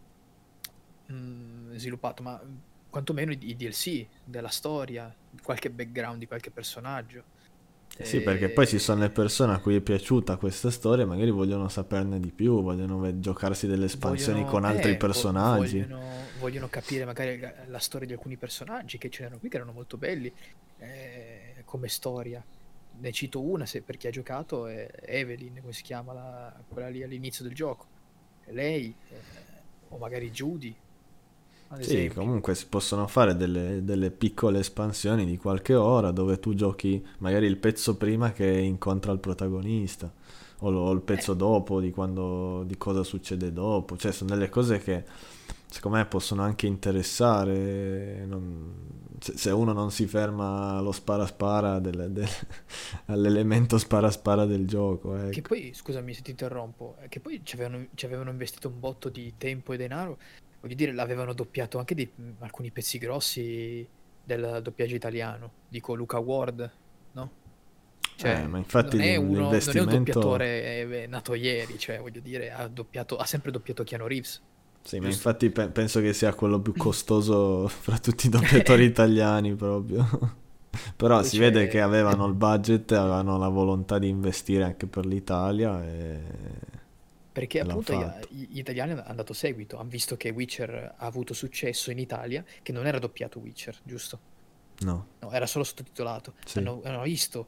sviluppato, ma quantomeno i DLC della storia, qualche background di qualche personaggio. Sì, perché poi ci sono le E persone a cui è piaciuta questa storia, magari vogliono saperne di più, vogliono giocarsi delle espansioni con altri personaggi. vogliono capire magari la storia di alcuni personaggi che c'erano qui che erano molto belli come storia. Ne cito una per chi ha giocato, è Evelyn, come si chiama, quella lì all'inizio del gioco. Lei, o magari Judy, ad Sì, esempio. comunque si possono fare delle piccole espansioni di qualche ora dove tu giochi magari il pezzo prima che incontra il protagonista o il pezzo Eh, dopo di cosa succede dopo. Cioè, sono delle cose che secondo me possono anche interessare. Se uno non si ferma allo spara-spara all'elemento spara-spara del gioco, Che ecco. poi, scusami se ti interrompo, che poi ci avevano investito un botto di tempo e denaro, voglio dire, l'avevano doppiato anche di alcuni pezzi grossi del doppiaggio italiano, dico Luca Ward, no? Ma Cioè, infatti non è un l'investimento. doppiatore nato ieri, cioè, voglio dire, ha sempre doppiato Keanu Reeves, Sì, ma giusto? infatti penso che sia quello più costoso fra tutti i doppiatori italiani proprio. Però Poi si vede che c'è... avevano il budget, avevano la volontà di investire anche per l'Italia Perché e l'hanno appunto fatto. gli italiani hanno dato seguito, hanno visto che Witcher ha avuto successo in Italia, che non era doppiato Witcher, giusto? No, No, era solo sottotitolato. sì. Hanno visto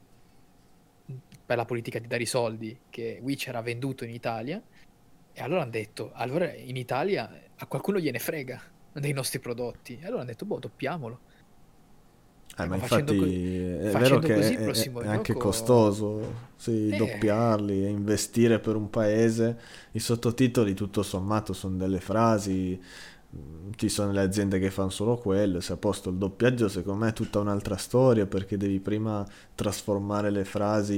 per la politica di dare i soldi che Witcher ha venduto in Italia e allora hanno detto, allora in Italia a qualcuno gliene frega dei nostri prodotti. E allora hanno detto, boh, doppiamolo. Ma Ma infatti è vero facendo che così il è prossimo anche gioco... costoso, sì, Eh, doppiarli e investire per un paese. I sottotitoli tutto sommato sono delle frasi, ci sono le aziende che fanno solo quello, se a posto il doppiaggio secondo me è tutta un'altra storia perché devi prima trasformare le frasi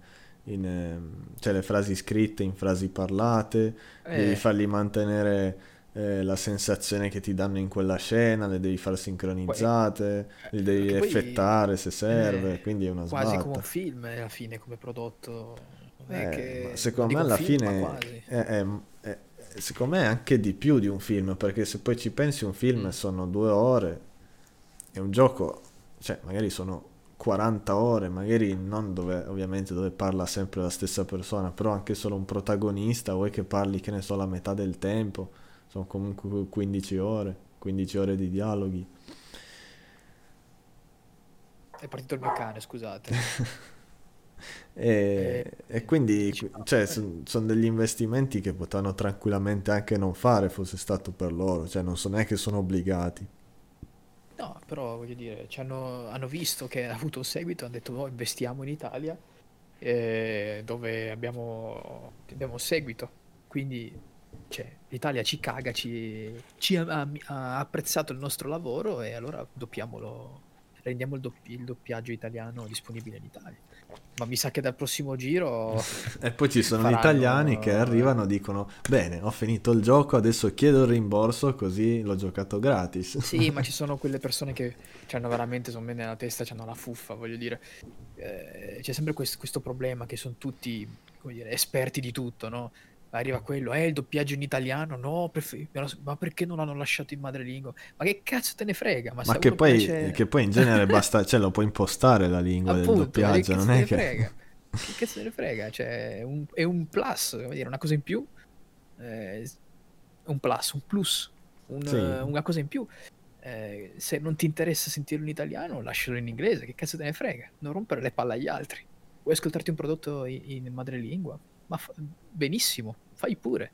cioè le frasi scritte in frasi parlate, devi eh, fargli mantenere la sensazione che ti danno in quella scena, le devi far poi, sincronizzate, li devi che poi effettare se serve, quindi è una quasi come un sbatta. film alla fine come prodotto. Non è Ma che... Non secondo me dico un alla film, ma fine quasi. secondo me è anche di più di un film, perché se poi ci pensi un film Mm. sono 2 ore e un gioco, cioè magari sono 40 ore, magari non dove, ovviamente dove parla sempre la stessa persona, però anche solo un protagonista, vuoi che parli, che ne so, la metà del tempo, sono comunque 15 ore di dialoghi. È partito il mio cane, scusate. E quindi, Dicevamo, cioè, sono degli investimenti che potranno tranquillamente anche non fare fosse stato per loro, cioè non so neanche sono obbligati. no, però voglio dire, hanno visto che ha avuto un seguito, hanno detto no, investiamo in Italia, dove abbiamo seguito. Quindi, cioè, l'Italia ci caga, ha apprezzato il nostro lavoro e allora rendiamo il doppiaggio italiano disponibile in Italia. Ma mi sa che dal prossimo giro E poi ci sono gli italiani che faranno... arrivano e dicono: Bene, ho finito il gioco, adesso chiedo il rimborso così l'ho giocato gratis. Sì, ma ci sono quelle persone che hanno veramente, secondo me, nella testa, hanno la fuffa, voglio dire. C'è sempre questo problema che sono tutti, come dire, esperti di tutto, no? Arriva quello, il doppiaggio in italiano? No, ma perché non l'hanno lasciato in madrelingua? Ma che cazzo te ne frega? Ma se Ma a uno piace... che poi in genere basta, cioè lo puoi impostare la lingua del Appunto, ma che doppiaggio, cazzo non te è ne che... frega? Che cazzo te ne frega? Cioè, è un plus, come dire, una cosa in più. eh, un plus, Sì, una cosa in più. Se non ti interessa sentirlo in italiano, lascialo in inglese, che cazzo te ne frega? Non rompere le palle agli altri. Vuoi ascoltarti un prodotto in madrelingua? Benissimo, fai pure.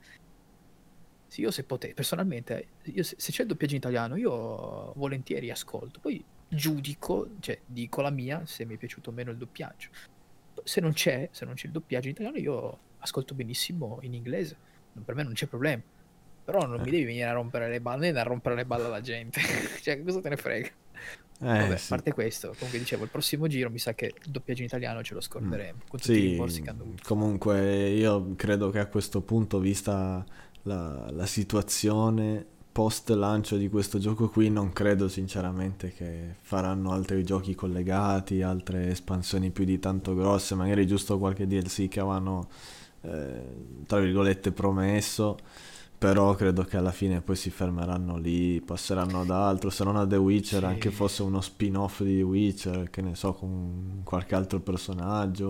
Sì, io se potevo, personalmente, se c'è il doppiaggio in italiano, io volentieri ascolto. Poi giudico, cioè dico la mia, se mi è piaciuto o meno il doppiaggio. Se non c'è il doppiaggio in italiano, io ascolto benissimo in inglese. Per me non c'è problema. Però non mi devi venire a rompere le balle, né a rompere le balle alla gente. Cioè, cosa te ne frega? Vabbè, a sì. parte questo, comunque dicevo, il prossimo giro mi sa che il doppiaggio in italiano ce lo scorderemo, con tutti i rimborsi Sì, che hanno dovuto fare. comunque io credo che a questo punto, vista la situazione post lancio di questo gioco qui, non credo sinceramente che faranno altri giochi collegati, altre espansioni più di tanto grosse, magari giusto qualche DLC che avevano, tra virgolette, promesso. Però credo che alla fine poi si fermeranno lì, passeranno ad altro, se non a The Witcher, anche Sì, fosse uno spin-off di The Witcher, che ne so, con qualche altro personaggio,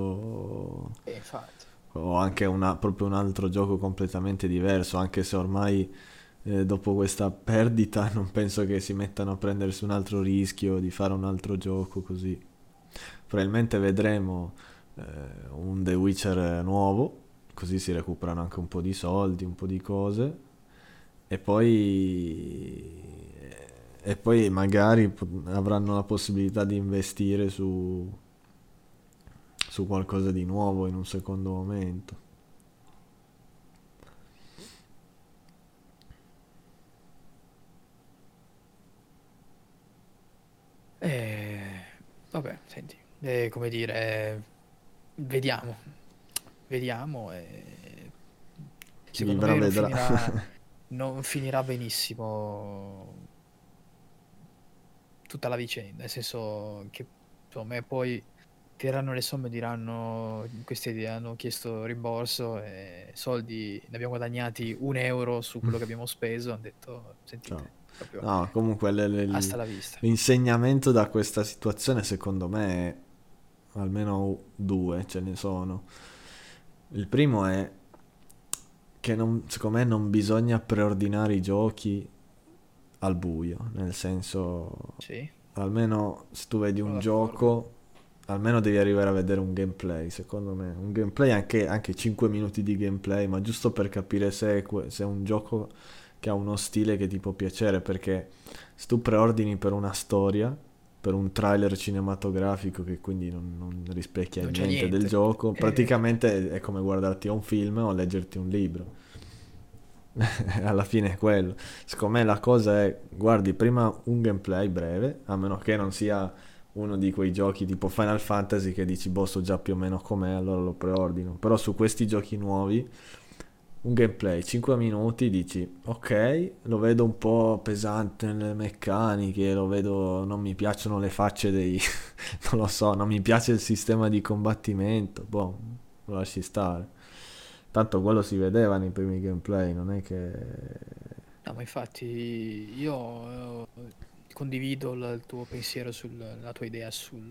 infatti. o anche proprio un altro gioco completamente diverso, anche se ormai dopo questa perdita non penso che si mettano a prendersi un altro rischio di fare un altro gioco così. Probabilmente vedremo un The Witcher nuovo, così si recuperano anche un po' di soldi, un po' di cose, e poi magari avranno la possibilità di investire su qualcosa di nuovo in un secondo momento. Eh, vabbè, senti, come dire, vediamo, vediamo. Chi Secondo vivrà me vedrà. non finirà benissimo tutta la vicenda, nel senso che secondo me poi tireranno le somme e diranno questi hanno chiesto rimborso e soldi, ne abbiamo guadagnati 1 euro su quello che abbiamo speso, hanno detto Ciao. sentite, proprio No, comunque hasta la vista. l'insegnamento da questa situazione secondo me è almeno due, ce ne sono. Il primo è che secondo me non bisogna preordinare i giochi al buio, nel senso, Sì, almeno se tu vedi sono un d'accordo. gioco, almeno devi arrivare a vedere un gameplay, secondo me. Un gameplay, anche 5 minuti di gameplay, ma giusto per capire se è un gioco che ha uno stile che ti può piacere, perché se tu preordini per una storia, per un trailer cinematografico che quindi non rispecchia Non c'è niente del niente. gioco, praticamente è come guardarti a un film o leggerti un libro. Alla fine è quello. Secondo me la cosa è, guardi prima un gameplay breve, a meno che non sia uno di quei giochi tipo Final Fantasy che dici, boh, so già più o meno com'è, allora lo preordino. Però su questi giochi nuovi, un gameplay 5 minuti, dici, ok, lo vedo un po' pesante nelle meccaniche, lo vedo, non mi piacciono le facce dei... non lo so, non mi piace il sistema di combattimento, boh, lo lasci stare. Tanto quello si vedeva nei primi gameplay, non è che... No, ma infatti io condivido il tuo pensiero la tua idea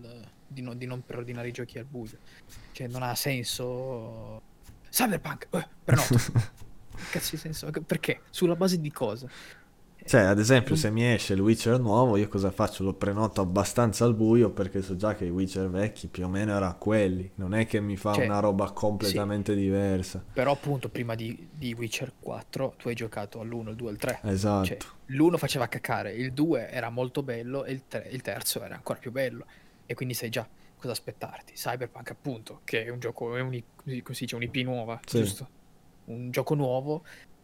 di non preordinare i giochi al buio. Cioè, non ha senso. Cyberpunk, prenoto. Che cazzo di senso? Perché? Sulla base di cosa? Cioè, ad esempio, Non- se mi esce il Witcher nuovo, io cosa faccio? Lo prenoto abbastanza al buio perché so già che i Witcher vecchi più o meno erano quelli. Non è che mi fa Cioè, una roba sì, completamente diversa. però appunto prima di Witcher 4 tu hai giocato all'1, il 2, il 3. Cioè, Esatto. l'1 faceva cacare, il 2 era molto bello e il terzo era ancora più bello. E quindi sai già cosa aspettarti. Cyberpunk appunto, che è un gioco, è come si dice, un'IP nuova, Sì. giusto? Un gioco nuovo.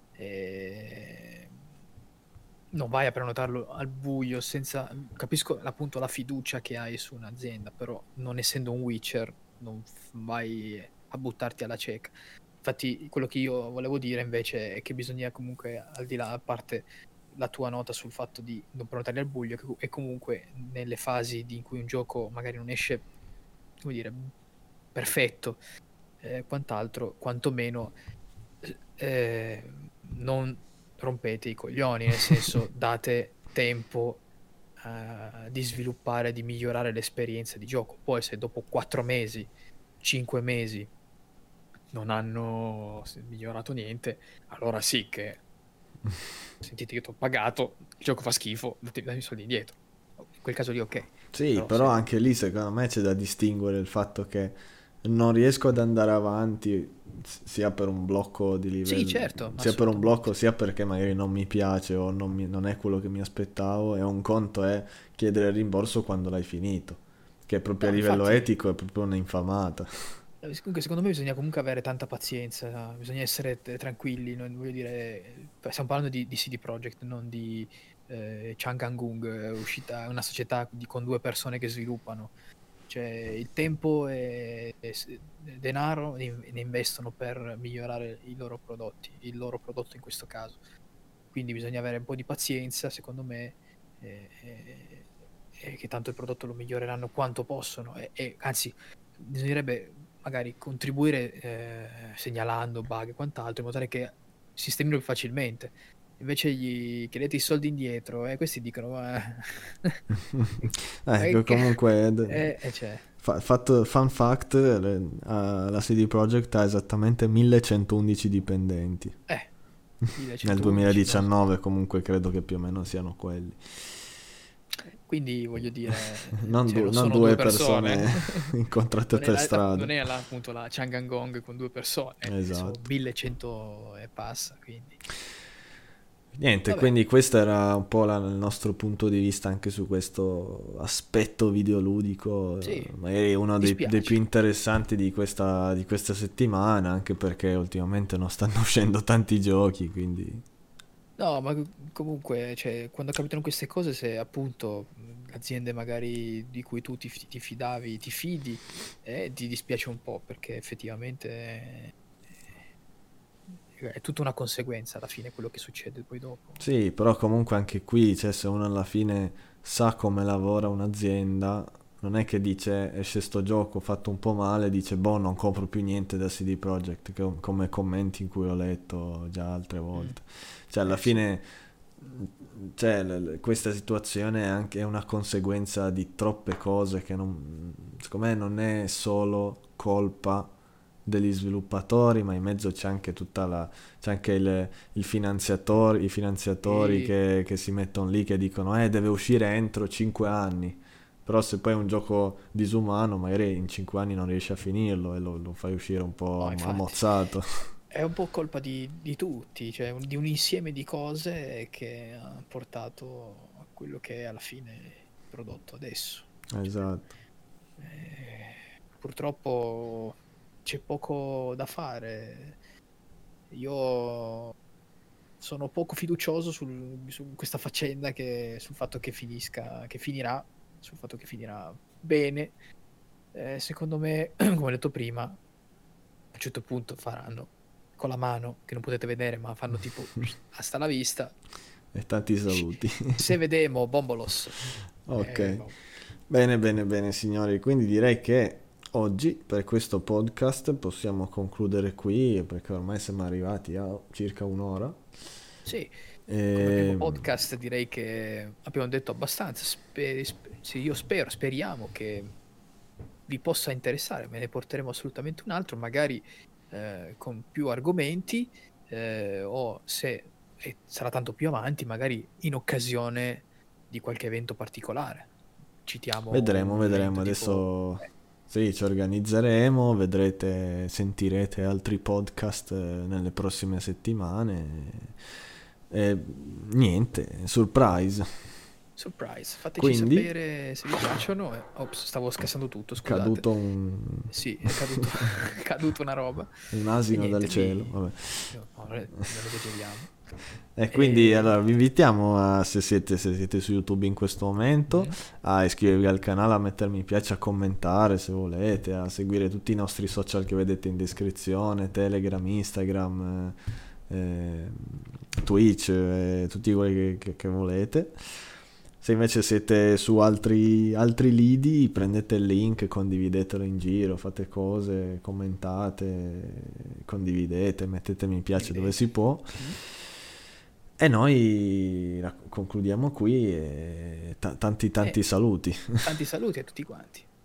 E non vai a prenotarlo al buio senza. Capisco appunto la fiducia che hai su un'azienda, però non essendo un Witcher non vai a buttarti alla cieca. Infatti quello che io volevo dire invece è che bisogna comunque, al di là, a parte la tua nota sul fatto di non prenotare al buio, e comunque nelle fasi in cui un gioco magari non esce, come dire, perfetto, quant'altro, quantomeno eh, non rompete i coglioni, nel senso date tempo di sviluppare, di migliorare l'esperienza di gioco. Poi se dopo 4 mesi, 5 mesi non hanno migliorato niente, allora sì che sentite che ti ho pagato, il gioco fa schifo, dammi i soldi indietro. In quel caso lì ok, Sì, però però se. anche lì secondo me c'è da distinguere il fatto che non riesco ad andare avanti sia per un blocco di Sì, livello, certo, sia per un blocco, assolutamente. sia perché magari non mi piace o non è quello che mi aspettavo, e un conto è chiedere il rimborso quando l'hai finito, che proprio a No, livello infatti. etico è proprio un'infamata. Comunque, secondo me bisogna comunque avere tanta pazienza, bisogna essere tranquilli, voglio dire, stiamo parlando di CD Projekt, non di Chang Gang, è uscita, è una società con 2 persone che sviluppano, cioè il tempo e denaro ne investono per migliorare i loro prodotti, il loro prodotto in questo caso, quindi bisogna avere un po' di pazienza, secondo me, e, e- e che tanto il prodotto lo miglioreranno quanto possono, e anzi bisognerebbe magari contribuire segnalando bug e quant'altro in modo tale che sistemino più facilmente. Invece gli chiedete i soldi indietro e questi dicono Ecco, che. comunque, Cioè, fun fact, la CD Projekt ha esattamente 1111 dipendenti. eh, Nel 1111, no? 2019 comunque credo che più o meno siano quelli. Quindi voglio dire, Non, cioè, non non sono due due persone. persone incontrate Non è, per strada. non è appunto la Changangong con 2 persone, sono Esatto. 1100 e passa, quindi. Niente, Vabbè, quindi questo era un po' il nostro punto di vista anche su questo aspetto videoludico, sì, magari uno dei più dispiace. interessanti di questa settimana, anche perché ultimamente non stanno uscendo tanti giochi, quindi. No, ma comunque, cioè, quando capitano queste cose, se appunto aziende magari di cui tu ti fidavi, ti fidi, ti dispiace un po' perché effettivamente è tutta una conseguenza alla fine quello che succede poi dopo. Sì, però comunque anche qui, cioè, se uno alla fine sa come lavora un'azienda, non è che dice esce sto gioco fatto un po' male, dice boh, non compro più niente da CD Projekt, come commenti in cui ho letto già altre Mm. volte. Cioè, alla Sì. fine, cioè, questa situazione è anche una conseguenza di troppe cose che secondo me non è solo colpa degli sviluppatori, ma in mezzo c'è anche c'è anche i finanziatori Sì. che si mettono lì, che dicono deve uscire entro 5 anni. Però se poi è un gioco disumano, magari in 5 anni non riesci a finirlo e lo fai uscire un po' No, infatti. ammozzato. È un po' colpa di tutti, cioè di un insieme di cose che ha portato a quello che è alla fine il prodotto adesso. Cioè, Esatto. purtroppo c'è poco da fare. Io sono poco fiducioso su questa faccenda, sul fatto che sul fatto che finirà bene. Secondo me, come ho detto prima, a un certo punto faranno con la mano, che non potete vedere, ma fanno tipo hasta la vista. E tanti saluti. Se vedemo, bombolos. Ok. Boh. Bene, bene, bene, signori. Quindi direi che oggi per questo podcast possiamo concludere qui, perché ormai siamo arrivati a circa un'ora. Sì, come primo E. podcast direi che abbiamo detto abbastanza. Sì, io speriamo che vi possa interessare, me ne porteremo assolutamente un altro, magari con più argomenti, o se sarà tanto più avanti, magari in occasione di qualche evento particolare. Citiamo Vedremo, un vedremo. evento tipo... Adesso sì, ci organizzeremo, vedrete, sentirete altri podcast nelle prossime settimane. E niente, surprise. surprise, fateci Quindi, sapere se vi piacciono. Ops, stavo scassando tutto, è scusate. caduto un, Sì, è caduto, è caduta una roba. un E asino dal niente, cielo. vi... Vabbè. no, non esageriamo. E quindi E... allora vi invitiamo se siete su YouTube in questo momento, Mhm. a iscrivervi al canale, a mettere mi piace, a commentare se volete, a seguire tutti i nostri social che vedete in descrizione, Telegram, Instagram, Twitch, tutti quelli che volete. Se invece siete su altri lidi, prendete il link, condividetelo in giro, fate cose, commentate, condividete, mettete mi piace dove si può. Mhm. E noi concludiamo qui e tanti E saluti. tanti saluti a tutti quanti.